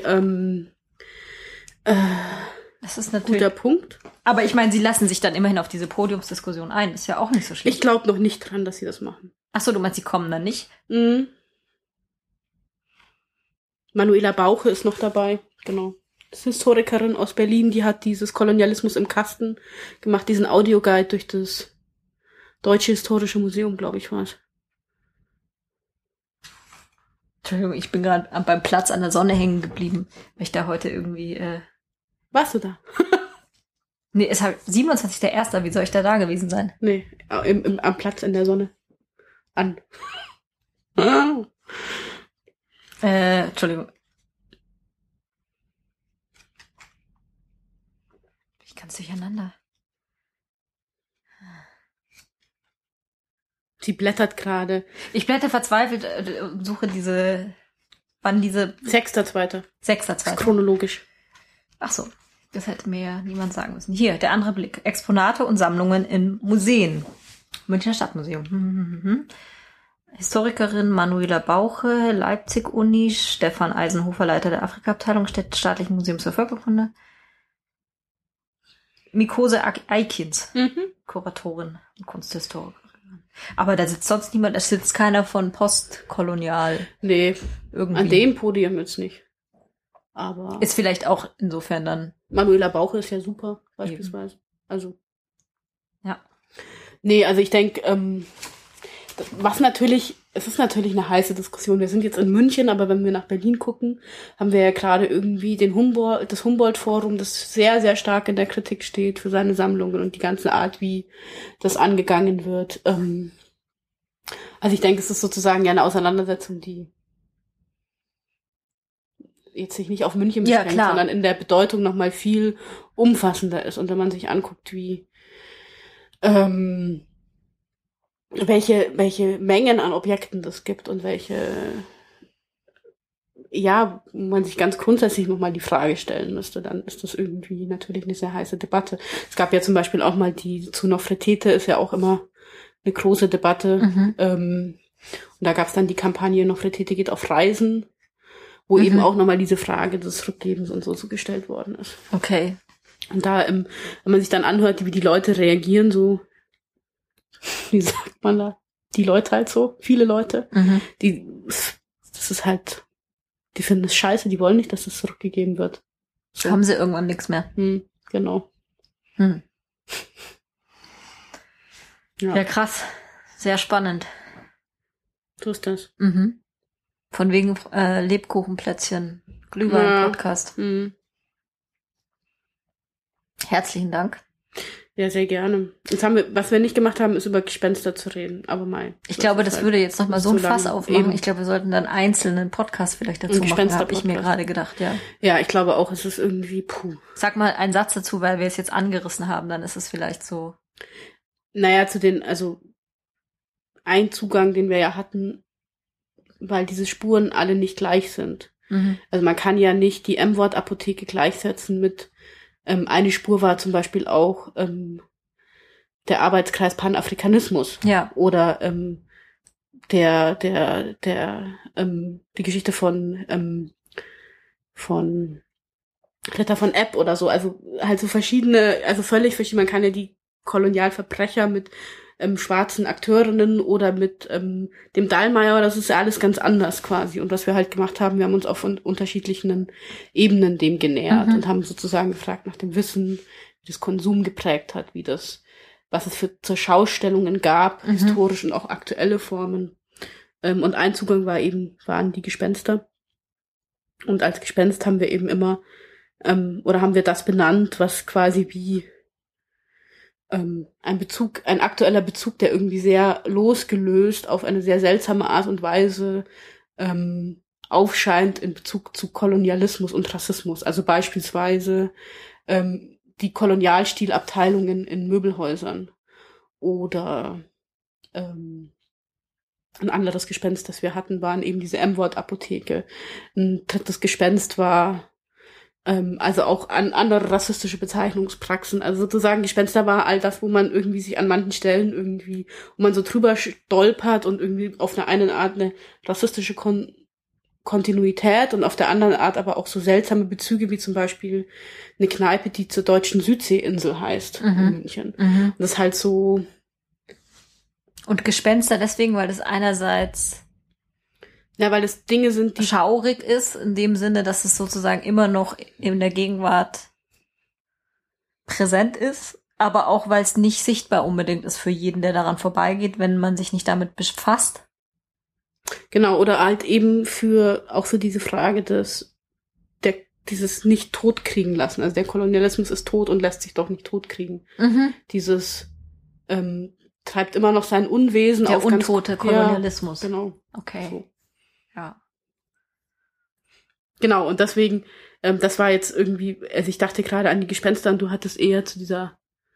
das ist natürlich guter Punkt. Aber ich meine, sie lassen sich dann immerhin auf diese Podiumsdiskussion ein. Ist ja auch nicht so schlimm. Ich glaube noch nicht dran, dass sie das machen. Ach so, du meinst, sie kommen dann nicht? Mhm. Manuela Bauche ist noch dabei. Genau. Das ist eine Historikerin aus Berlin, die hat dieses Kolonialismus im Kasten gemacht, diesen Audioguide durch das Deutsche Historische Museum, glaube ich, war es. Entschuldigung, ich bin gerade beim Platz an der Sonne hängen geblieben, weil ich da heute irgendwie... Warst du da? Nee, es ist halt 27.01. Wie soll ich da gewesen sein? Nee, am Platz in der Sonne. An. Entschuldigung. Ich kann's durcheinander. Sie blättert gerade. Ich blätter verzweifelt, suche wann diese... 6.2. 6.2. Chronologisch. Ach so, das hätte mir ja niemand sagen müssen. Hier, der andere Blick. Exponate und Sammlungen in Museen. Münchner Stadtmuseum. Historikerin Manuela Bauche, Leipzig-Uni, Stefan Eisenhofer, Leiter der Afrika-Abteilung, Staatlichen Museums für Völkerkunde. Mikose Eikins, Kuratorin und Kunsthistorikerin. Aber da sitzt sonst niemand, da sitzt keiner von Postkolonial. Nee, irgendwie. An dem Podium jetzt nicht. Aber ist vielleicht auch insofern dann... Manuela Bauche ist ja super, beispielsweise. Eben. Also. Ja. Nee, also ich denke, es ist natürlich eine heiße Diskussion. Wir sind jetzt in München, aber wenn wir nach Berlin gucken, haben wir ja gerade irgendwie das Humboldt-Forum, das sehr, sehr stark in der Kritik steht für seine Sammlungen und die ganze Art, wie das angegangen wird. Also ich denke, es ist sozusagen ja eine Auseinandersetzung, die jetzt sich nicht auf München beschränkt, sondern in der Bedeutung nochmal viel umfassender ist. Und wenn man sich anguckt, wie welche Mengen an Objekten das gibt und man sich ganz grundsätzlich nochmal die Frage stellen müsste, dann ist das irgendwie natürlich eine sehr heiße Debatte. Es gab ja zum Beispiel auch mal zu Nofretete ist ja auch immer eine große Debatte. Und da gab es dann die Kampagne Nofretete geht auf Reisen, wo eben auch nochmal diese Frage des Rückgebens und so gestellt worden ist. Okay. Und da, wenn man sich dann anhört, wie die Leute reagieren, so, wie sagt man da? Die Leute halt so, viele Leute, das ist halt, die finden es scheiße, die wollen nicht, dass es zurückgegeben wird. So. Haben sie irgendwann nichts mehr. Genau. Ja, krass. Sehr spannend. So ist das. Von wegen Lebkuchenplätzchen, Glühwein-Podcast. Herzlichen Dank. Ja, sehr gerne. Was wir nicht gemacht haben, ist über Gespenster zu reden. Aber ich glaube, das würde jetzt nochmal so ein Fass aufmachen. Eben. Ich glaube, wir sollten dann einzelnen Podcast vielleicht dazu machen, habe ich mir gerade gedacht, ja. Ja, ich glaube auch, es ist irgendwie, Sag mal einen Satz dazu, weil wir es jetzt angerissen haben, dann ist es vielleicht so. Naja, ein Zugang, den wir ja hatten, weil diese Spuren alle nicht gleich sind. Also man kann ja nicht die M-Wort-Apotheke gleichsetzen mit eine Spur war zum Beispiel auch der Arbeitskreis Panafrikanismus. Ja. Oder die Geschichte von Ritter von Epp oder so, also halt so verschiedene, also völlig verschiedene, man kann ja die Kolonialverbrecher mit schwarzen Akteurinnen oder mit dem Dallmayr, das ist ja alles ganz anders quasi. Und was wir halt gemacht haben, wir haben uns auf unterschiedlichen Ebenen dem genähert und haben sozusagen gefragt nach dem Wissen, wie das Konsum geprägt hat, was es für zur Schaustellungen gab, historisch und auch aktuelle Formen. Und ein Zugang waren die Gespenster. Und als Gespenst haben wir eben immer, oder haben wir das benannt, was quasi wie ein aktueller Bezug, der irgendwie sehr losgelöst auf eine sehr seltsame Art und Weise aufscheint in Bezug zu Kolonialismus und Rassismus. Also beispielsweise die Kolonialstilabteilungen in Möbelhäusern oder ein anderes Gespenst, das wir hatten, waren eben diese M-Wort-Apotheke. Ein drittes Gespenst war also auch an andere rassistische Bezeichnungspraxen. Also sozusagen Gespenster war all das, wo man irgendwie sich an manchen Stellen irgendwie, wo man so drüber stolpert und irgendwie auf eine Art eine rassistische Kontinuität und auf der anderen Art aber auch so seltsame Bezüge, wie zum Beispiel eine Kneipe, die zur deutschen Südseeinsel heißt in München. Und das ist halt so. Und Gespenster deswegen, weil das einerseits weil das Dinge sind, die schaurig ist, in dem Sinne, dass es sozusagen immer noch in der Gegenwart präsent ist, aber auch, weil es nicht sichtbar unbedingt ist für jeden, der daran vorbeigeht, wenn man sich nicht damit befasst. Genau, oder halt eben für diese Frage dieses nicht totkriegen lassen. Also der Kolonialismus ist tot und lässt sich doch nicht totkriegen. Dieses treibt immer noch sein Unwesen der auf. Der untote Kolonialismus. Ja, genau. Okay. So. Ja. Genau, und deswegen, das war jetzt irgendwie, also ich dachte gerade an die Gespenster und du hattest eher zu dieser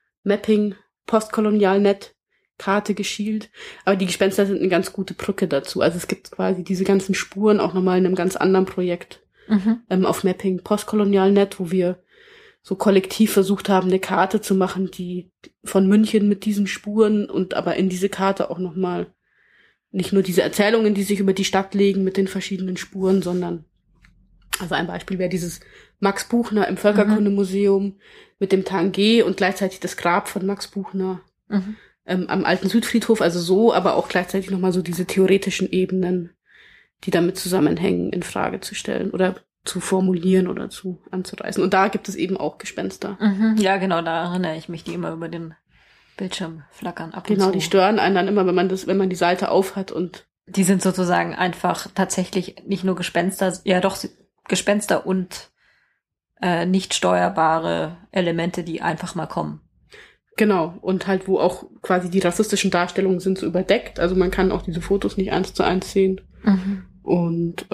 Mapping-Postkolonial-Net-Karte geschielt. Aber die Gespenster sind eine ganz gute Brücke dazu. Also es gibt quasi diese ganzen Spuren auch nochmal in einem ganz anderen Projekt auf Mapping-Postkolonial-Net, wo wir so kollektiv versucht haben, eine Karte zu machen, die von München mit diesen Spuren und aber in diese Karte auch nochmal nicht nur diese Erzählungen, die sich über die Stadt legen mit den verschiedenen Spuren, sondern, also ein Beispiel wäre dieses Max Buchner im Völkerkundemuseum mit dem Tangé und gleichzeitig das Grab von Max Buchner am alten Südfriedhof, also so, aber auch gleichzeitig nochmal so diese theoretischen Ebenen, die damit zusammenhängen, in Frage zu stellen oder zu formulieren oder anzureißen. Und da gibt es eben auch Gespenster. Ja, genau, da erinnere ich mich, die immer über den Bildschirm flackern ab und Genau, zu. die stören einen dann immer, wenn man die Seite aufhat und die sind sozusagen einfach tatsächlich nicht nur Gespenster, ja doch Gespenster und nicht steuerbare Elemente, die einfach mal kommen. Genau, und halt, wo auch quasi die rassistischen Darstellungen sind so überdeckt, also man kann auch diese Fotos nicht 1:1 sehen. Und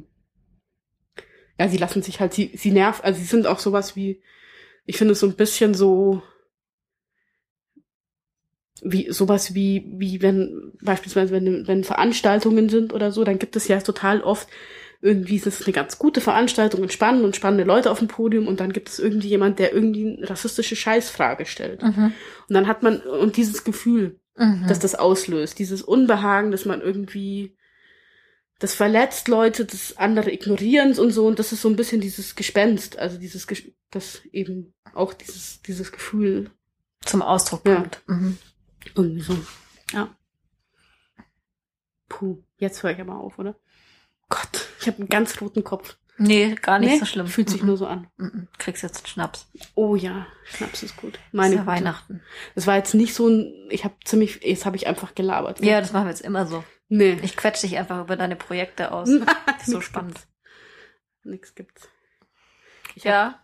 ja, sie lassen sich halt, sie nerven, also sie sind auch sowas wie, ich finde es so ein bisschen so wie wenn beispielsweise wenn Veranstaltungen sind oder so, dann gibt es ja total oft irgendwie, es ist eine ganz gute Veranstaltung und spannende Leute auf dem Podium und dann gibt es irgendwie jemand, der irgendwie eine rassistische Scheißfrage stellt. Und dann hat man dieses Gefühl, dass das auslöst, dieses Unbehagen, dass man irgendwie, das verletzt Leute, das andere ignorieren und so, und das ist so ein bisschen dieses Gespenst, also das eben auch dieses Gefühl zum Ausdruck kommt. Irgendwie so, ja. Puh, jetzt höre ich aber auf, oder? Gott, ich habe einen ganz roten Kopf. Nee, gar nicht so schlimm. Fühlt sich nur so an. Kriegst jetzt einen Schnaps. Oh ja, Schnaps ist gut. Meine ist ja Weihnachten. Das war jetzt nicht so jetzt habe ich einfach gelabert. Ja, das machen wir jetzt immer so. Nee. Ich quetsche dich einfach über deine Projekte aus. Das ist so spannend. Nix gibt's. Ja.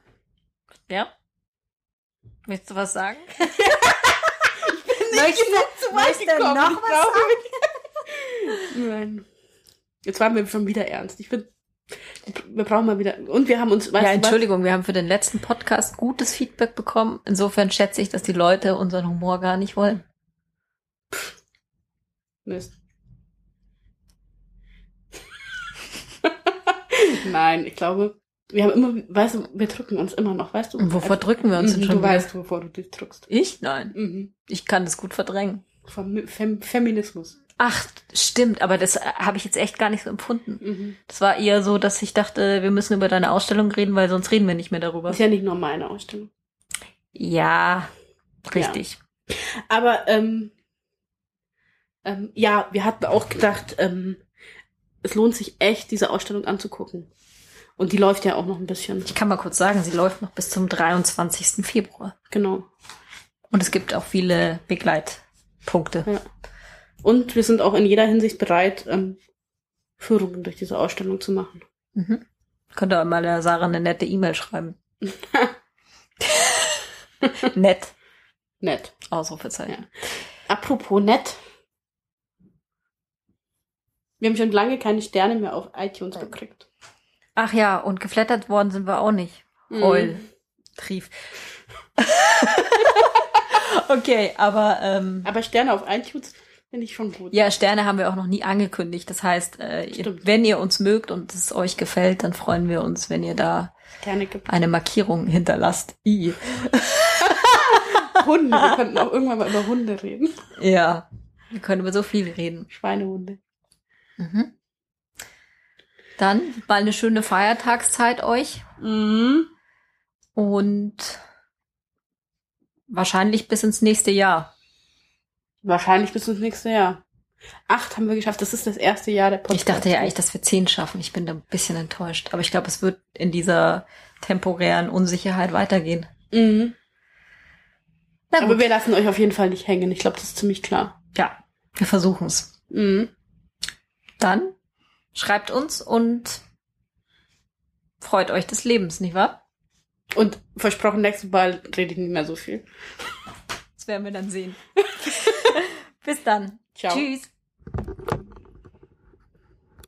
Willst du was sagen? Möchtest du noch was sagen? Nein. Jetzt waren wir schon wieder ernst. Ich finde, wir brauchen mal wieder. Und wir haben uns. Entschuldigung, wir haben für den letzten Podcast gutes Feedback bekommen. Insofern schätze ich, dass die Leute unseren Humor gar nicht wollen. Mist. Nein, ich glaube, wir haben immer, weißt du, wir drücken uns immer noch, weißt du? Und wovor drücken wir uns denn schon? Du weißt, wovor du dich drückst. Ich? Nein. Ich kann das gut verdrängen. Feminismus. Ach, stimmt, aber das habe ich jetzt echt gar nicht so empfunden. Das war eher so, dass ich dachte, wir müssen über deine Ausstellung reden, weil sonst reden wir nicht mehr darüber. Ist ja nicht nur meine Ausstellung. Ja, richtig. Ja. Aber ja, wir hatten auch gedacht, es lohnt sich echt, diese Ausstellung anzugucken. Und die läuft ja auch noch ein bisschen. Ich kann mal kurz sagen, sie läuft noch bis zum 23. Februar. Genau. Und es gibt auch viele Begleitpunkte. Ja. Und wir sind auch in jeder Hinsicht bereit, Führungen durch diese Ausstellung zu machen. Könnt ihr mal der Sarah eine nette E-Mail schreiben. Nett. Nett. Ausrufezeichen. Ja. Apropos nett. Wir haben schon lange keine Sterne mehr auf iTunes gekriegt. Ach ja, und geflattert worden sind wir auch nicht. Heul. Trief. Okay, aber Aber Sterne auf iTunes finde ich schon gut. ja, Sterne haben wir auch noch nie angekündigt. Das heißt, wenn ihr uns mögt und es euch gefällt, dann freuen wir uns, wenn ihr da Sterne gibt. eine Markierung hinterlasst. Hunde. Wir könnten auch irgendwann mal über Hunde reden. Ja, wir können über so viel reden. Schweinehunde. Dann mal eine schöne Feiertagszeit euch. Und wahrscheinlich bis ins nächste Jahr. Wahrscheinlich bis ins nächste Jahr. 8 haben wir geschafft. Das ist das erste Jahr der Podcast. Ich dachte ja eigentlich, dass wir 10 schaffen. Ich bin da ein bisschen enttäuscht. Aber ich glaube, es wird in dieser temporären Unsicherheit weitergehen. Na gut. Aber wir lassen euch auf jeden Fall nicht hängen. Ich glaube, das ist ziemlich klar. Ja, wir versuchen es. Dann schreibt uns und freut euch des Lebens, nicht wahr? Und versprochen, nächstes Mal rede ich nicht mehr so viel. Das werden wir dann sehen. Bis dann. Ciao. Tschüss.